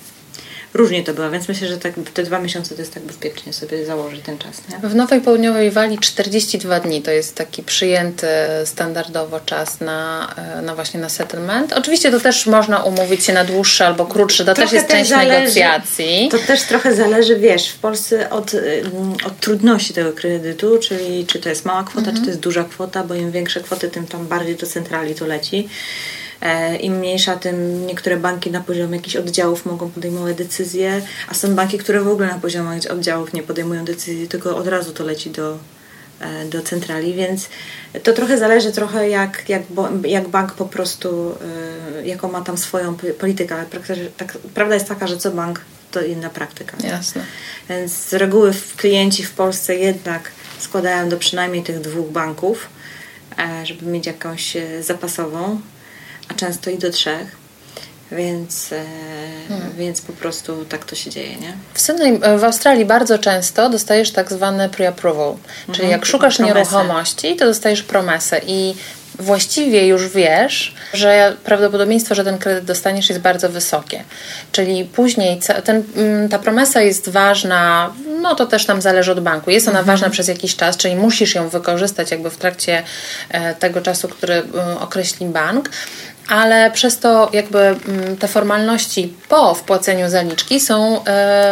różnie to było, więc myślę, że tak, te dwa miesiące to jest tak bezpiecznie sobie założyć ten czas. Nie? W Nowej Południowej Walii czterdzieści dwa dni to jest taki przyjęty standardowo czas na, na właśnie na settlement. Oczywiście to też można umówić się na dłuższy albo krótszy, to trochę też jest część zależy, negocjacji. To też trochę zależy, wiesz, w Polsce od, od trudności tego kredytu, czyli czy to jest mała kwota, mhm. czy to jest duża kwota, bo im większe kwoty, tym tam bardziej do centrali to leci. Im mniejsza, tym niektóre banki na poziomie jakichś oddziałów mogą podejmować decyzje, a są banki, które w ogóle na poziomie oddziałów nie podejmują decyzji, tylko od razu to leci do, do centrali, więc to trochę zależy trochę jak, jak, jak bank po prostu, jaką ma tam swoją politykę, ale tak, prawda jest taka, że co bank, to inna praktyka. Jasne. Więc z reguły klienci w Polsce jednak składają do przynajmniej tych dwóch banków, żeby mieć jakąś zapasową, a często i do trzech, więc, e, hmm. więc po prostu tak to się dzieje, nie? W Sydney, w Australii bardzo często dostajesz tak zwany pre-approval, czyli hmm, jak szukasz promesę. Nieruchomości, to dostajesz promesę i właściwie już wiesz, że prawdopodobieństwo, że ten kredyt dostaniesz jest bardzo wysokie. Czyli później ten, ta promesa jest ważna, no to też tam zależy od banku. Jest ona mhm. ważna przez jakiś czas, czyli musisz ją wykorzystać jakby w trakcie tego czasu, który określi bank. Ale przez to jakby te formalności po wpłaceniu zaliczki są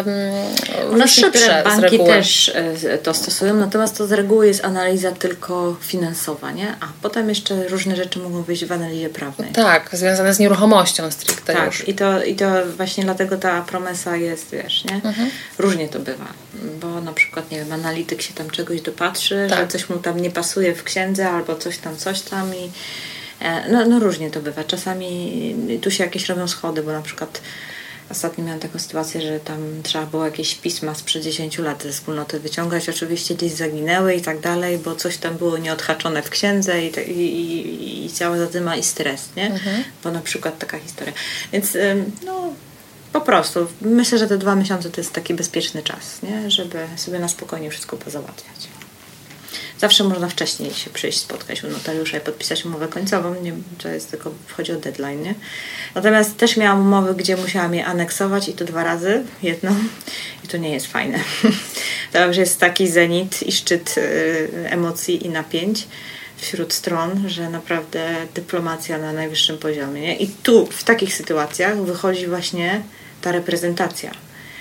um, szybsze. Banki też to stosują, natomiast to z reguły jest analiza tylko finansowa, nie? A potem jeszcze różne rzeczy mogą wyjść w analizie prawnej. Tak, związane z nieruchomością stricte tak, już. I to, i to właśnie dlatego ta promesa jest, wiesz, nie? Mhm. Różnie to bywa, bo na przykład, nie wiem, analityk się tam czegoś dopatrzy, tak. że coś mu tam nie pasuje w księdze albo coś tam, coś tam i No, no różnie to bywa. Czasami tu się jakieś robią schody, bo na przykład ostatnio miałam taką sytuację, że tam trzeba było jakieś pisma sprzed dziesięciu lat ze wspólnoty wyciągać. Oczywiście gdzieś zaginęły i tak dalej, bo coś tam było nieodhaczone w księdze i, i, i, i cała zadyma i stres, nie? Mhm. Bo na przykład taka historia. Więc no po prostu myślę, że te dwa miesiące to jest taki bezpieczny czas, nie? Żeby sobie na spokojnie wszystko pozałatwiać. Zawsze można wcześniej się przyjść, spotkać u notariusza i podpisać umowę końcową. Nie, to jest tylko, wchodzi o deadline, nie? Natomiast też miałam umowy, gdzie musiałam je aneksować i to dwa razy, jedną. I to nie jest fajne. To już jest taki zenit i szczyt y, emocji i napięć wśród stron, że naprawdę dyplomacja na najwyższym poziomie. Nie? I tu, w takich sytuacjach wychodzi właśnie ta reprezentacja.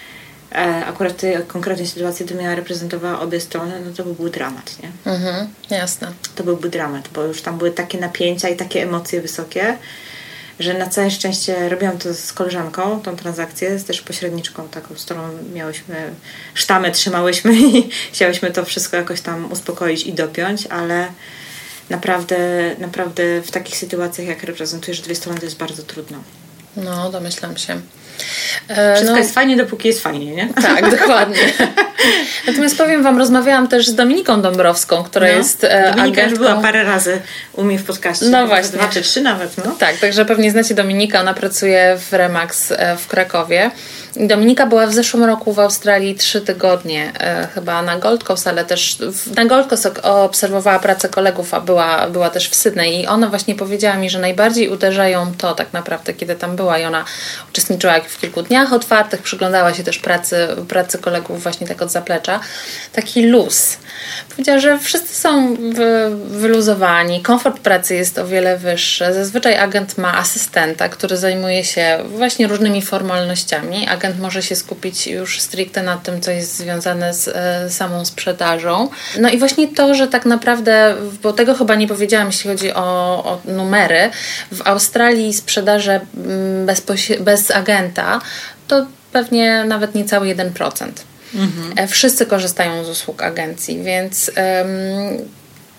E, akurat w tej konkretnej sytuacji, gdy miała reprezentowała obie strony, no to by był dramat, nie? Mhm, jasne. To byłby dramat, bo już tam były takie napięcia i takie emocje wysokie, że na całe szczęście robiłam to z koleżanką, tą transakcję, z też pośredniczką taką, z którą miałyśmy sztamę, trzymałyśmy i chciałyśmy to wszystko jakoś tam uspokoić i dopiąć, ale naprawdę, naprawdę w takich sytuacjach, jak reprezentujesz dwie strony, to jest bardzo trudno. No, domyślam się. E, Wszystko no, jest fajnie, dopóki jest fajnie, nie? Tak, dokładnie. Natomiast powiem Wam, rozmawiałam też z Dominiką Dąbrowską, która no, jest e, Dominika agentką. już była parę razy u mnie w podcaście. No właśnie. Dwa czy trzy nawet, no. Tak, także pewnie znacie Dominikę, ona pracuje w Remax w Krakowie. Dominika była w zeszłym roku w Australii trzy tygodnie, e, chyba na Gold Coast, ale też w, na Gold Coast obserwowała pracę kolegów, a była, była też w Sydney i ona właśnie powiedziała mi, że najbardziej uderzają to tak naprawdę, kiedy tam była i ona uczestniczyła w kilku dniach otwartych, przyglądała się też pracy, pracy kolegów właśnie tak od zaplecza. Taki luz. Powiedziała, że wszyscy są wy, wyluzowani, komfort pracy jest o wiele wyższy. Zazwyczaj agent ma asystenta, który zajmuje się właśnie różnymi formalnościami. Agent może się skupić już stricte na tym, co jest związane z e, samą sprzedażą. No i właśnie to, że tak naprawdę, bo tego chyba nie powiedziałam, jeśli chodzi o, o numery, w Australii sprzedaże bez, posi- bez agenta to pewnie nawet niecały jeden procent. Mhm. Wszyscy korzystają z usług agencji, więc um,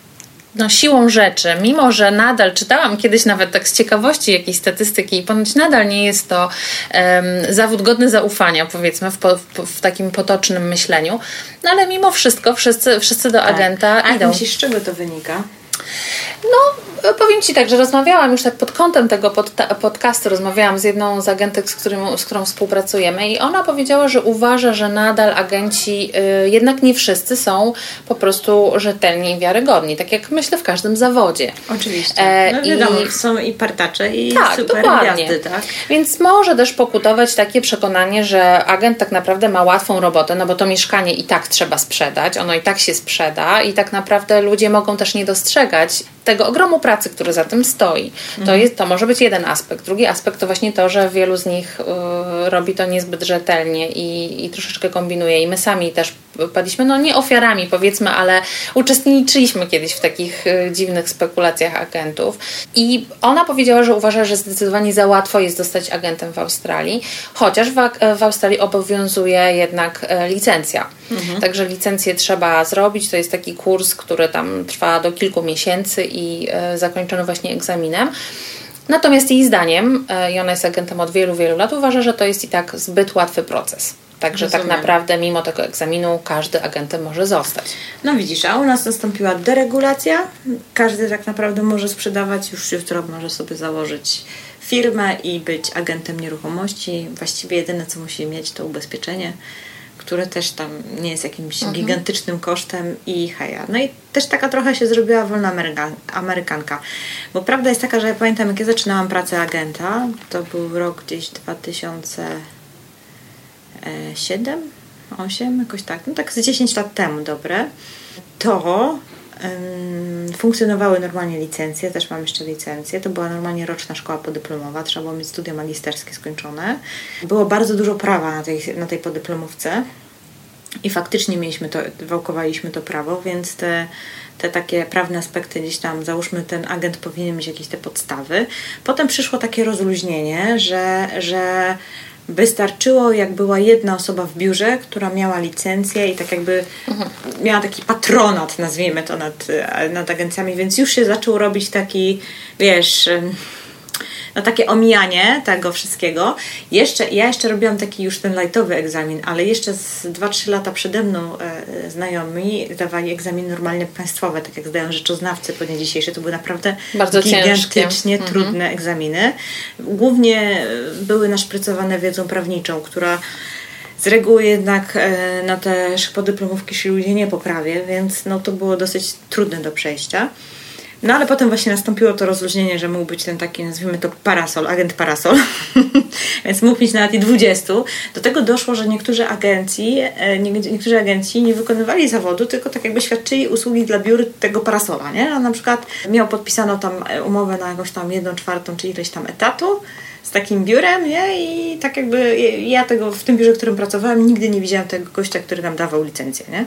no siłą rzeczy, mimo że nadal czytałam kiedyś nawet tak z ciekawości jakiejś statystyki i ponoć nadal nie jest to um, zawód godny zaufania, powiedzmy w, po, w, w takim potocznym myśleniu, no ale mimo wszystko wszyscy, wszyscy do tak. agenta A idą. A myślisz, z czego to wynika? No, powiem Ci tak, że rozmawiałam już tak pod kątem tego pod, podcastu, rozmawiałam z jedną z agentek, z, którym, z którą współpracujemy i ona powiedziała, że uważa, że nadal agenci, y, jednak nie wszyscy są po prostu rzetelni i wiarygodni, tak jak myślę w każdym zawodzie. Oczywiście. E, no wiadomo, i, są i partacze i tak, super dokładnie. gwiazdy, tak? Więc może też pokutować takie przekonanie, że agent tak naprawdę ma łatwą robotę, no bo to mieszkanie i tak trzeba sprzedać, ono i tak się sprzeda i tak naprawdę ludzie mogą też nie dostrzegać tego ogromu pracy, który za tym stoi. To, mhm. jest, to może być jeden aspekt. Drugi aspekt to właśnie to, że wielu z nich y, robi to niezbyt rzetelnie i, i troszeczkę kombinuje. I my sami też padliśmy, no nie ofiarami powiedzmy, ale uczestniczyliśmy kiedyś w takich y, dziwnych spekulacjach agentów. I ona powiedziała, że uważa, że zdecydowanie za łatwo jest zostać agentem w Australii, chociaż w, w Australii obowiązuje jednak y, licencja. Mhm. Także licencję trzeba zrobić. To jest taki kurs, który tam trwa do kilku miesięcy i y, zakończony właśnie egzaminem. Natomiast jej zdaniem, y, i ona jest agentem od wielu, wielu lat, uważa, że to jest i tak zbyt łatwy proces. Także Rozumiem. Tak naprawdę mimo tego egzaminu każdy agentem może zostać. No widzisz, a u nas nastąpiła deregulacja. Każdy tak naprawdę może sprzedawać, już jutro może sobie założyć firmę i być agentem nieruchomości. Właściwie jedyne co musi mieć to ubezpieczenie, które też tam nie jest jakimś mhm. gigantycznym kosztem i heja. No i też taka trochę się zrobiła wolna Ameryka- Amerykanka. Bo prawda jest taka, że ja pamiętam, jak ja zaczynałam pracę agenta, to był rok gdzieś dwa tysiące siedem, osiem, jakoś tak, no tak z dziesięć lat temu, dobre, to um, funkcjonowały normalnie licencje, też mam jeszcze licencję, to była normalnie roczna szkoła podyplomowa, trzeba było mieć studia magisterskie skończone. Było bardzo dużo prawa na tej, na tej podyplomówce i faktycznie mieliśmy to, wałkowaliśmy to prawo, więc te, te takie prawne aspekty gdzieś tam, załóżmy, ten agent powinien mieć jakieś te podstawy. Potem przyszło takie rozluźnienie, że, że wystarczyło, jak była jedna osoba w biurze, która miała licencję i tak jakby mhm. miała taki patronat, nazwijmy to, nad, nad agencjami, więc już się zaczął robić taki, wiesz, no takie omijanie tego wszystkiego. Jeszcze, ja jeszcze robiłam taki już ten lightowy egzamin, ale jeszcze z dwa trzy lata przede mną e, znajomi dawali egzaminy normalnie państwowe, tak jak zdają rzeczoznawcy po dniu dzisiejszy. To były naprawdę bardzo gigantycznie ciężkie. trudne mhm. egzaminy. Głównie były naszprycowane wiedzą prawniczą, która Z reguły jednak e, na te podyplomówki szli ludzie nie po prawie, więc no, to było dosyć trudne do przejścia. No ale potem właśnie nastąpiło to rozluźnienie, że mógł być ten taki, nazwijmy to parasol, agent parasol, więc mógł mieć nawet i dwudziestu. Do tego doszło, że niektórzy agenci, nie, niektórzy agenci nie wykonywali zawodu, tylko tak jakby świadczyli usługi dla biur tego parasola, nie? A na przykład miał podpisano tam umowę na jakąś tam jedną czwartą, czy ileś tam etatu z takim biurem, nie? I tak jakby ja tego w tym biurze, w którym pracowałam, nigdy nie widziałam tego gościa, który nam dawał licencję, nie?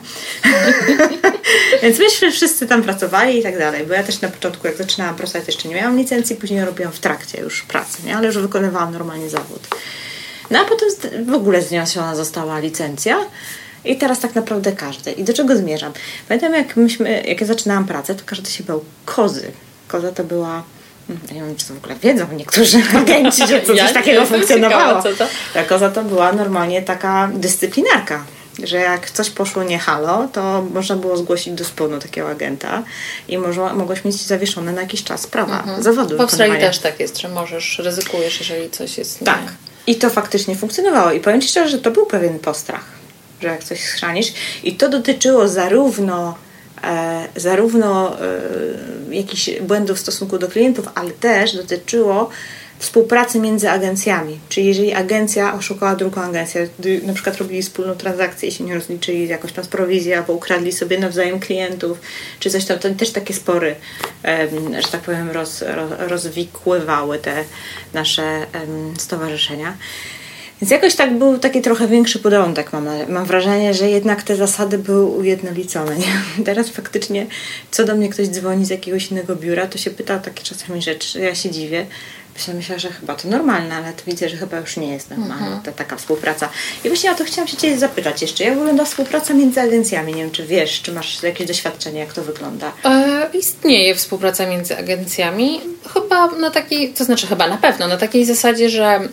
Więc myśmy wszyscy tam pracowali i tak dalej, bo ja też na początku, jak zaczynałam pracować, jeszcze nie miałam licencji, później ją robiłam w trakcie już pracy, nie? Ale już wykonywałam normalnie zawód. No a potem w ogóle zniesiona została licencja i teraz tak naprawdę każdy. I do czego zmierzam? Pamiętam, jak myśmy, jak ja zaczynałam pracę, to każdy się bał kozy. Koza to była... Nie wiem, czy to w ogóle wiedzą niektórzy agenci, że coś ja takiego funkcjonowało. Ciekawe, co to? Ta koza to była normalnie taka dyscyplinarka, że jak coś poszło nie halo, to można było zgłosić do sponu takiego agenta i można, mogłeś mieć zawieszone na jakiś czas prawa mhm. zawodu. W Australii też tak jest, że możesz, ryzykujesz, jeżeli coś jest... Nie. Tak. I to faktycznie funkcjonowało. I powiem Ci szczerze, że to był pewien postrach, że jak coś schrzanisz. I to dotyczyło zarówno E, zarówno e, jakichś błędów w stosunku do klientów, ale też dotyczyło współpracy między agencjami. Czyli jeżeli agencja oszukała drugą agencję, na przykład robili wspólną transakcję i się nie rozliczyli jakoś tam z prowizji, albo ukradli sobie nawzajem klientów, czy coś tam, to też takie spory, e, że tak powiem, roz, roz, rozwikływały te nasze e, stowarzyszenia. Więc jakoś tak był taki trochę większy porządek. Mam, mam wrażenie, że jednak te zasady były ujednolicone. Nie? Teraz faktycznie, co do mnie ktoś dzwoni z jakiegoś innego biura, to się pyta o takie czasami rzeczy. Ja się dziwię. Myślę, że chyba to normalne, ale to widzę, że chyba już nie jest normalna mhm. ta taka współpraca. I właśnie o to chciałam się Ciebie zapytać jeszcze. Jak wygląda współpraca między agencjami? Nie wiem, czy wiesz, czy masz jakieś doświadczenie, jak to wygląda? E, istnieje współpraca między agencjami. Chyba na takiej, to znaczy chyba na pewno, na takiej zasadzie, że mm,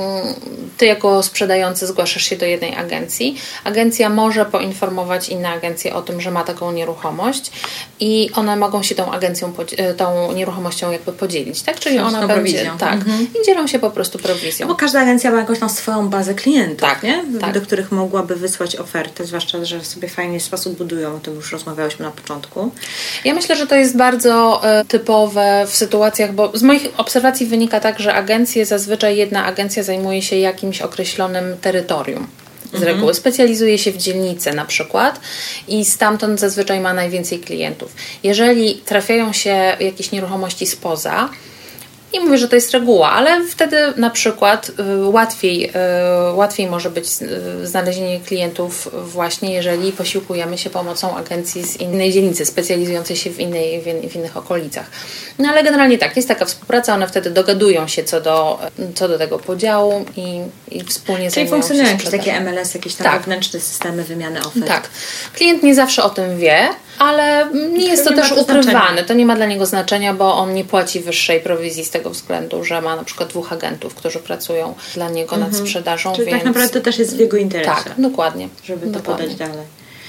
Ty jako sprzedający zgłaszasz się do jednej agencji. Agencja może poinformować inne agencje o tym, że ma taką nieruchomość i one mogą się tą agencją, tą nieruchomością jakby podzielić, tak? Czyli ona będzie... Tak. Mhm. I dzielą się po prostu prowizją. No bo każda agencja ma jakąś tam swoją bazę klientów, tak, nie? Tak. do których mogłaby wysłać ofertę, zwłaszcza, że sobie fajnie sposób budują, o tym już rozmawiałyśmy na początku. Ja myślę, że to jest bardzo y, typowe w sytuacjach, bo z moich obserwacji wynika tak, że agencje, zazwyczaj jedna agencja zajmuje się jakimś określonym terytorium. Z mhm. reguły specjalizuje się w dzielnicy na przykład i stamtąd zazwyczaj ma najwięcej klientów. Jeżeli trafiają się jakieś nieruchomości spoza, nie mówię, że to jest reguła, ale wtedy na przykład y, łatwiej, y, łatwiej może być y, znalezienie klientów właśnie, jeżeli posiłkujemy się pomocą agencji z innej dzielnicy, specjalizującej się w, innej, w, w innych okolicach. No ale generalnie tak, jest taka współpraca, one wtedy dogadują się co do, co do tego podziału i, i wspólnie Czyli zajmują się funkcjonują jakieś takie M L S, jakieś tam tak. wewnętrzne systemy wymiany ofert. Tak. Klient nie zawsze o tym wie, ale nie jest to, to też ukrywane. To nie ma dla niego znaczenia, bo on nie płaci wyższej prowizji z tego względu, że ma na przykład dwóch agentów, którzy pracują dla niego mhm. nad sprzedażą. Czyli więc... tak naprawdę to też jest w jego interesie. Tak, dokładnie. Żeby to dokładnie. podać dalej.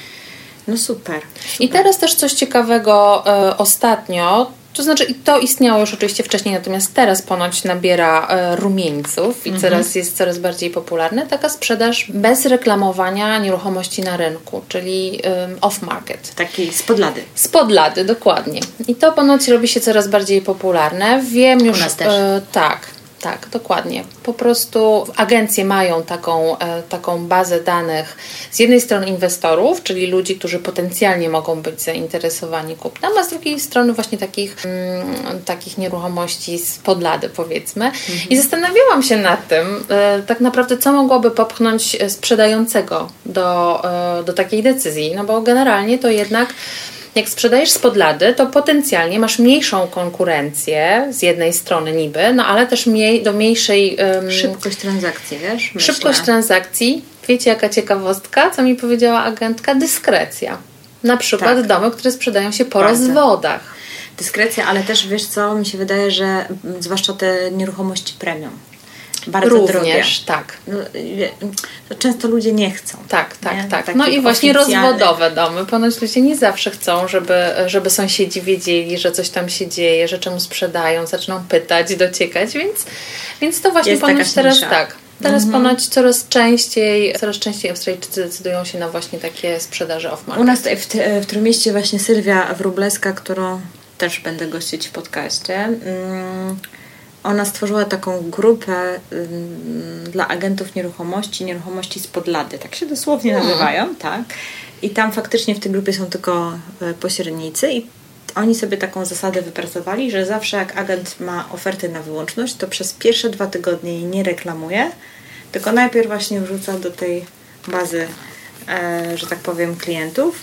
No super, super. I teraz też coś ciekawego e, ostatnio, to znaczy i to istniało już oczywiście wcześniej, natomiast teraz ponoć nabiera e, rumieńców i mhm. coraz jest coraz bardziej popularne, taka sprzedaż bez reklamowania nieruchomości na rynku, czyli um, off-market. Taki spod lady. Spod lady, dokładnie. I to ponoć robi się coraz bardziej popularne. Wiem już... U nas też. E, tak. Tak, dokładnie. Po prostu agencje mają taką, e, taką bazę danych z jednej strony inwestorów, czyli ludzi, którzy potencjalnie mogą być zainteresowani kupnem, a z drugiej strony właśnie takich, mm, takich nieruchomości spod lady, powiedzmy. Mhm. I zastanawiałam się nad tym, e, tak naprawdę co mogłoby popchnąć sprzedającego do, e, do takiej decyzji, no bo generalnie to jednak jak sprzedajesz spod lady, to potencjalnie masz mniejszą konkurencję z jednej strony niby, no ale też mniej, do mniejszej... Um, szybkość transakcji, wiesz? Myślę. Szybkość transakcji. Wiecie, jaka ciekawostka? Co mi powiedziała agentka? Dyskrecja. Na przykład tak. domy, które sprzedają się po Bardzo. rozwodach. Dyskrecja, ale też wiesz co, mi się wydaje, że zwłaszcza te nieruchomości premium. Bardzo Również, drogie. tak. No, to często ludzie nie chcą. Tak, tak, nie? tak. Takich no i właśnie oficjalnych. rozwodowe domy. Ponoć ludzie nie zawsze chcą, żeby, żeby sąsiedzi wiedzieli, że coś tam się dzieje, że czemu sprzedają, zaczną pytać, dociekać, więc, więc to właśnie jest ponoć teraz nisza. tak. Teraz mhm. ponoć coraz częściej, coraz częściej Australijczycy decydują się na właśnie takie sprzedaże off-market. U nas w, w Trójmieście właśnie Sylwia Wróblewska, którą też będę gościć w podcaście, mm, ona stworzyła taką grupę mm, dla agentów nieruchomości, nieruchomości spod lady, tak się dosłownie hmm. nazywają, tak. I tam faktycznie w tej grupie są tylko pośrednicy i oni sobie taką zasadę wypracowali, że zawsze jak agent ma ofertę na wyłączność, to przez pierwsze dwa tygodnie jej nie reklamuje, tylko najpierw właśnie wrzuca do tej bazy, e, że tak powiem, klientów.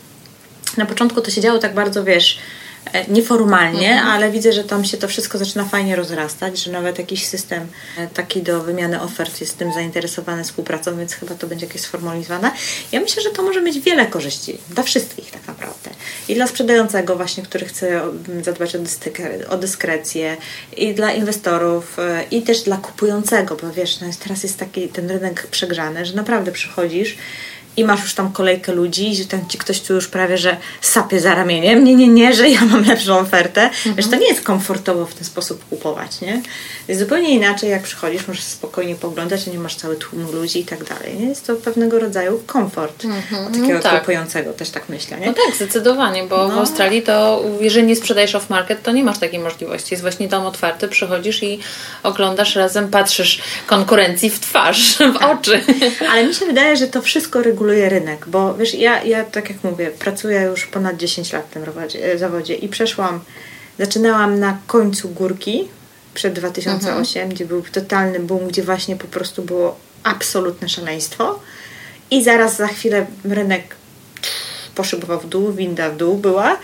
Na początku to się działo tak bardzo, wiesz, nieformalnie, mhm. ale widzę, że tam się to wszystko zaczyna fajnie rozrastać, że nawet jakiś system taki do wymiany ofert jest tym zainteresowany współpracą, więc chyba to będzie jakieś sformalizowane. Ja myślę, że to może mieć wiele korzyści dla wszystkich tak naprawdę. I dla sprzedającego właśnie, który chce zadbać o, dyskre- o dyskrecję, i dla inwestorów, i też dla kupującego, bo wiesz, no jest, teraz jest taki ten rynek przegrzany, że naprawdę przychodzisz i masz już tam kolejkę ludzi i że tam ci ktoś tu już prawie, że sapie za ramieniem. Nie, nie, nie, że ja mam lepszą ofertę. Mhm. Wiesz, to nie jest komfortowo w ten sposób kupować, nie? Jest zupełnie inaczej, jak przychodzisz, możesz spokojnie poglądać, a nie masz cały tłum ludzi i tak dalej. Nie? Jest to pewnego rodzaju komfort. Mhm. Takiego no tak. kupującego też tak myślę, nie? No tak, zdecydowanie, bo no. w Australii to, jeżeli nie sprzedajesz off-market, to nie masz takiej możliwości. Jest właśnie dom otwarty, przychodzisz i oglądasz razem, patrzysz konkurencji w twarz, w tak. oczy. Ale mi się wydaje, że to wszystko reguluje rynek, bo wiesz, ja, ja tak jak mówię, pracuję już ponad dziesięć lat w tym zawodzie i przeszłam, zaczynałam na końcu górki przed dwa tysiące ósmym, mhm. gdzie był totalny boom, gdzie właśnie po prostu było absolutne szaleństwo i zaraz za chwilę rynek poszybował w dół, winda w dół była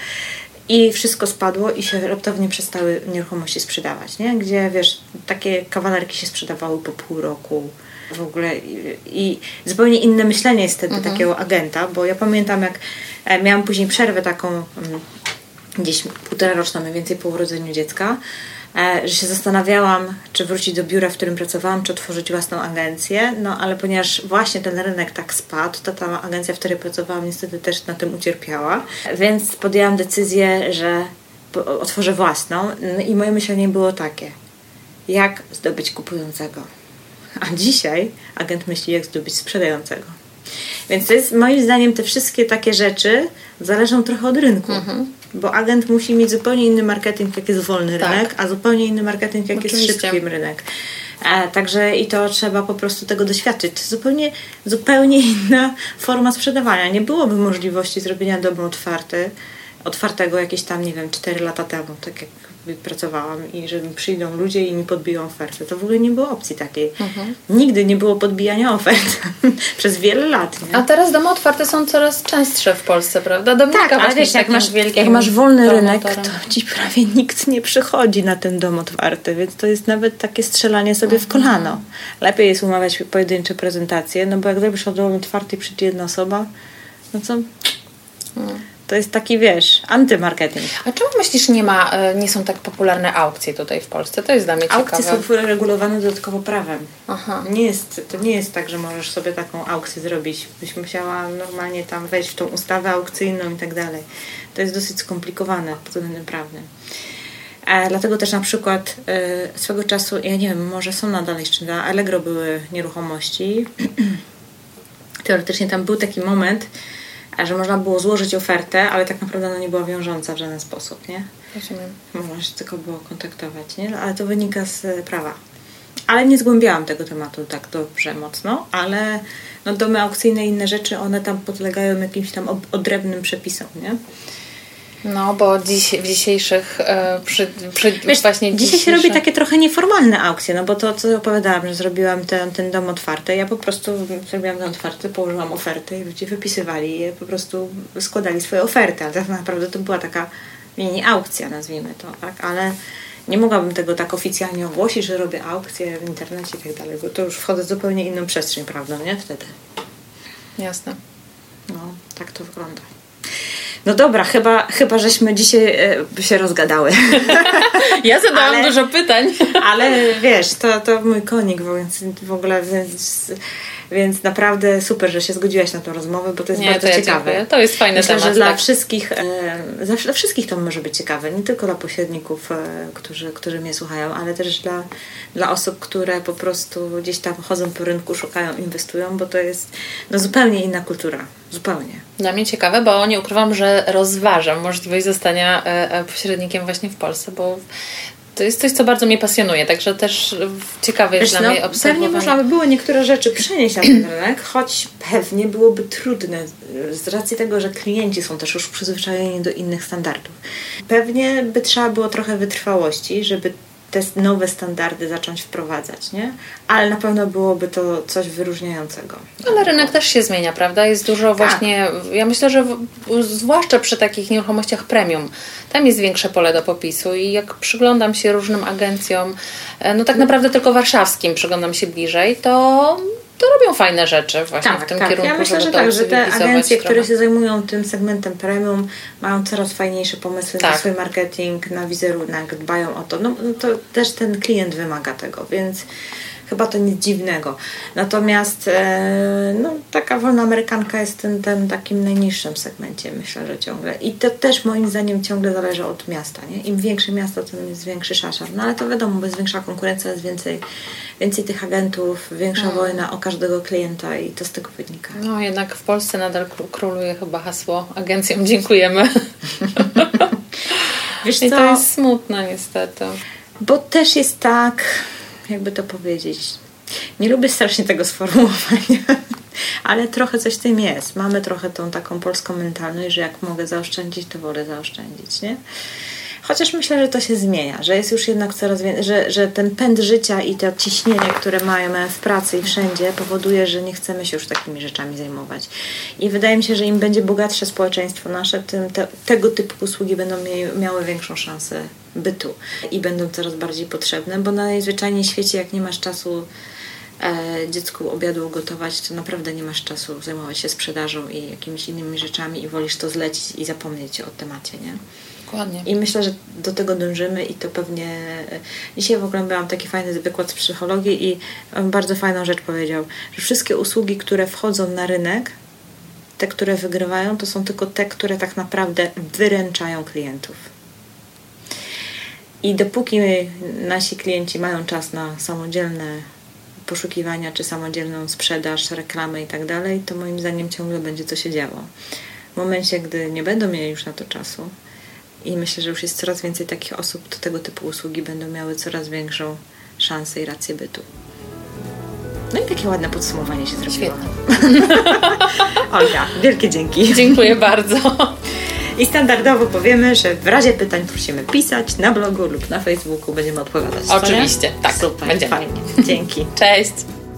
i wszystko spadło i się raptownie przestały nieruchomości sprzedawać, nie? Gdzie wiesz, takie kawalerki się sprzedawały po pół roku w ogóle i, i zupełnie inne myślenie jest wtedy mhm. takiego agenta, bo ja pamiętam, jak e, miałam później przerwę taką m, gdzieś półtora roczna mniej więcej po urodzeniu dziecka, e, że się zastanawiałam, czy wrócić do biura, w którym pracowałam, czy otworzyć własną agencję, no ale ponieważ właśnie ten rynek tak spadł, to ta agencja, w której pracowałam, niestety też na tym ucierpiała, więc podjęłam decyzję, że otworzę własną, no i moje myślenie było takie: jak zdobyć kupującego? A dzisiaj agent myśli, jak zdobyć sprzedającego. Więc to jest, moim zdaniem, te wszystkie takie rzeczy zależą trochę od rynku. Mhm. Bo agent musi mieć zupełnie inny marketing, jak jest wolny tak. rynek, a zupełnie inny marketing, jak Oczywiście. jest szybki rynek. E, także i to trzeba po prostu tego doświadczyć. To jest zupełnie, zupełnie inna forma sprzedawania. Nie byłoby możliwości zrobienia domu otwarty, otwartego jakieś tam, nie wiem, cztery lata temu, tak jak pracowałam i że mi przyjdą ludzie i mi podbiją ofertę. To w ogóle nie było opcji takiej. Mhm. Nigdy nie było podbijania ofert przez wiele lat. Nie? A teraz domy otwarte są coraz częstsze w Polsce, prawda? Dominika tak, ale wiesz, jak masz, jak masz wolny rynek, to ci prawie nikt nie przychodzi na ten dom otwarty, więc to jest nawet takie strzelanie sobie mhm. w kolano. Lepiej jest umawiać pojedyncze prezentacje, no bo jak zrobisz o dom otwarty i przyjdzie jedna osoba, no co... Hmm. To jest taki, wiesz, antymarketing. A czemu myślisz, nie ma, nie są tak popularne aukcje tutaj w Polsce? To jest dla mnie ciekawe. Aukcje są regulowane dodatkowo prawem. Aha. Nie jest, to nie jest tak, że możesz sobie taką aukcję zrobić. Byś musiała normalnie tam wejść w tą ustawę aukcyjną i tak dalej. To jest dosyć skomplikowane pod względem prawnym. E, dlatego też na przykład e, swego czasu, ja nie wiem, może są nadal jeszcze na Allegro były nieruchomości. Teoretycznie tam był taki moment, że można było złożyć ofertę, ale tak naprawdę ona nie była wiążąca w żaden sposób, nie? Rozumiem. Można się tylko było kontaktować, nie? Ale to wynika z prawa. Ale nie zgłębiałam tego tematu tak dobrze mocno, ale no domy aukcyjne i inne rzeczy, one tam podlegają jakimś tam odrębnym przepisom, nie? No, bo dziś, w dzisiejszych e, przy, przy, Wiesz, właśnie dzisiaj dzisiejsze... się robi takie trochę nieformalne aukcje, no bo to, co opowiadałam, że zrobiłam ten, ten dom otwarty, ja po prostu zrobiłam dom otwarty, położyłam oferty i ludzie wypisywali i po prostu składali swoje oferty, ale tak naprawdę to była taka mini aukcja, nazwijmy to, tak, ale nie mogłabym tego tak oficjalnie ogłosić, że robię aukcję w internecie i tak dalej, bo to już wchodzę w zupełnie inną przestrzeń, prawda, nie? Wtedy. Jasne. No, tak to wygląda. No dobra, chyba, chyba żeśmy dzisiaj e, się rozgadały. Ja zadałam ale, dużo pytań. Ale wiesz, to, to mój konik, więc w ogóle więc Więc naprawdę super, że się zgodziłaś na tę rozmowę, bo to jest Nie, bardzo to ja ciekawe. Dziękuję. To jest fajny Myślę, temat. że dla tak. wszystkich, e, dla wszystkich to może być ciekawe, nie tylko dla pośredników, e, którzy, którzy mnie słuchają, ale też dla, dla osób, które po prostu gdzieś tam chodzą po rynku, szukają, inwestują, bo to jest no, zupełnie inna kultura. Zupełnie. Dla mnie ciekawe, bo nie ukrywam, że rozważam możliwość zostania e, pośrednikiem właśnie w Polsce, bo to jest coś, co bardzo mnie pasjonuje, także też ciekawe jest Wiesz, dla no, mnie obserwowanie. Pewnie można by było niektóre rzeczy przenieść na ten rynek, choć pewnie byłoby trudne z racji tego, że klienci są też już przyzwyczajeni do innych standardów. Pewnie by trzeba było trochę wytrwałości, żeby te nowe standardy zacząć wprowadzać, nie? Ale na pewno byłoby to coś wyróżniającego. Ale rynek też się zmienia, prawda? Jest dużo właśnie, tak. Ja myślę, że w, zwłaszcza przy takich nieruchomościach premium, tam jest większe pole do popisu i jak przyglądam się różnym agencjom, no tak naprawdę tylko warszawskim przyglądam się bliżej, to to robią fajne rzeczy właśnie tak, w tym tak. kierunku, Ja myślę, żeby że to tak, że te agencje, trochę. które się zajmują tym segmentem premium, mają coraz fajniejsze pomysły tak. na swój marketing, na wizerunek, dbają o to. No to też ten klient wymaga tego, więc chyba to nic dziwnego. Natomiast e, no, taka wolna amerykanka jest tym, tym takim najniższym segmencie, myślę, że ciągle. I to też moim zdaniem ciągle zależy od miasta, nie? Im większe miasto, tym jest większy szaszar. No ale to wiadomo, bo jest większa konkurencja, jest więcej, więcej tych agentów, większa hmm. wojna o każdego klienta i to z tego wynika. No jednak w Polsce nadal króluje chyba hasło agencjom dziękujemy. Wiesz I co? To jest smutne niestety. Bo też jest tak, jakby to powiedzieć, nie lubię strasznie tego sformułowania, ale trochę coś w tym jest. Mamy trochę tą taką polską mentalność, że jak mogę zaoszczędzić, to wolę zaoszczędzić, nie? Chociaż myślę, że to się zmienia, że jest już jednak coraz więcej, że, że ten pęd życia i to ciśnienie, które mamy w pracy i wszędzie, powoduje, że nie chcemy się już takimi rzeczami zajmować. I wydaje mi się, że im będzie bogatsze społeczeństwo nasze, tym te, tego typu usługi będą mie- miały większą szansę bytu i będą coraz bardziej potrzebne, bo najzwyczajniej w świecie, jak nie masz czasu e, dziecku obiadu ugotować, to naprawdę nie masz czasu zajmować się sprzedażą i jakimiś innymi rzeczami i wolisz to zlecić i zapomnieć o temacie, nie? Dokładnie. I myślę, że do tego dążymy i to pewnie... Dzisiaj w ogóle miałam taki fajny wykład z psychologii i on bardzo fajną rzecz powiedział, że wszystkie usługi, które wchodzą na rynek, te, które wygrywają, to są tylko te, które tak naprawdę wyręczają klientów. I dopóki nasi klienci mają czas na samodzielne poszukiwania, czy samodzielną sprzedaż, reklamę i tak dalej, to moim zdaniem ciągle będzie to się działo. W momencie, gdy nie będą mieli już na to czasu, i myślę, że już jest coraz więcej takich osób, to tego typu usługi będą miały coraz większą szansę i rację bytu. No i takie ładne podsumowanie się zrobiło. Świetnie. Olga, wielkie dzięki. Dziękuję bardzo. I standardowo powiemy, że w razie pytań prosimy pisać na blogu lub na Facebooku. Będziemy odpowiadać. Oczywiście, tak. Super, będziemy. Fajnie. Dzięki. Cześć.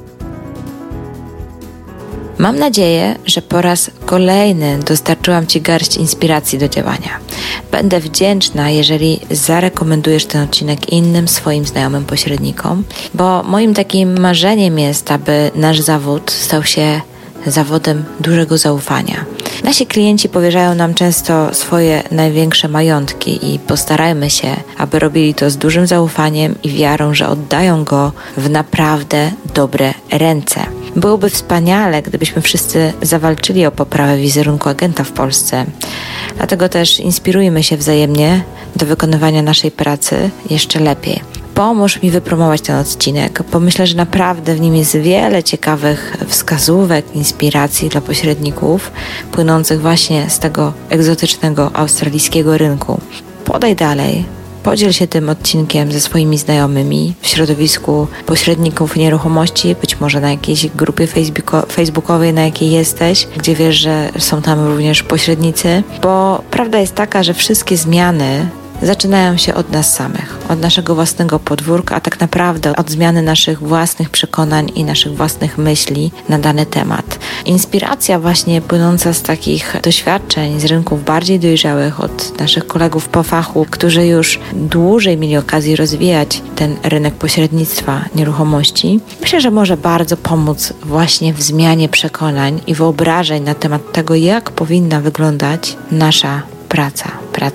Mam nadzieję, że po raz kolejny dostarczyłam Ci garść inspiracji do działania. Będę wdzięczna, jeżeli zarekomendujesz ten odcinek innym swoim znajomym pośrednikom, bo moim takim marzeniem jest, aby nasz zawód stał się zawodem dużego zaufania. Nasi klienci powierzają nam często swoje największe majątki i postarajmy się, aby robili to z dużym zaufaniem i wiarą, że oddają go w naprawdę dobre ręce. Byłoby wspaniale, gdybyśmy wszyscy zawalczyli o poprawę wizerunku agenta w Polsce. Dlatego też inspirujmy się wzajemnie do wykonywania naszej pracy jeszcze lepiej. Pomóż mi wypromować ten odcinek, bo myślę, że naprawdę w nim jest wiele ciekawych wskazówek, inspiracji dla pośredników płynących właśnie z tego egzotycznego australijskiego rynku. Podaj dalej. Podziel się tym odcinkiem ze swoimi znajomymi w środowisku pośredników nieruchomości, być może na jakiejś grupie facebooko- facebookowej, na jakiej jesteś, gdzie wiesz, że są tam również pośrednicy, bo prawda jest taka, że wszystkie zmiany zaczynają się od nas samych, od naszego własnego podwórka, a tak naprawdę od zmiany naszych własnych przekonań i naszych własnych myśli na dany temat. Inspiracja właśnie płynąca z takich doświadczeń z rynków bardziej dojrzałych od naszych kolegów po fachu, którzy już dłużej mieli okazję rozwijać ten rynek pośrednictwa nieruchomości, myślę, że może bardzo pomóc właśnie w zmianie przekonań i wyobrażeń na temat tego, jak powinna wyglądać nasza praca, praca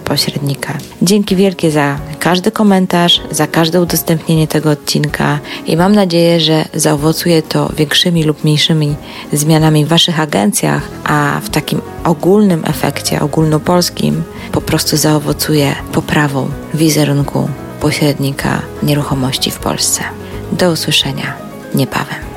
pośrednika. Dzięki wielkie za każdy komentarz, za każde udostępnienie tego odcinka i mam nadzieję, że zaowocuje to większymi lub mniejszymi zmianami w Waszych agencjach, a w takim ogólnym efekcie, ogólnopolskim po prostu zaowocuje poprawą wizerunku pośrednika nieruchomości w Polsce. Do usłyszenia niebawem.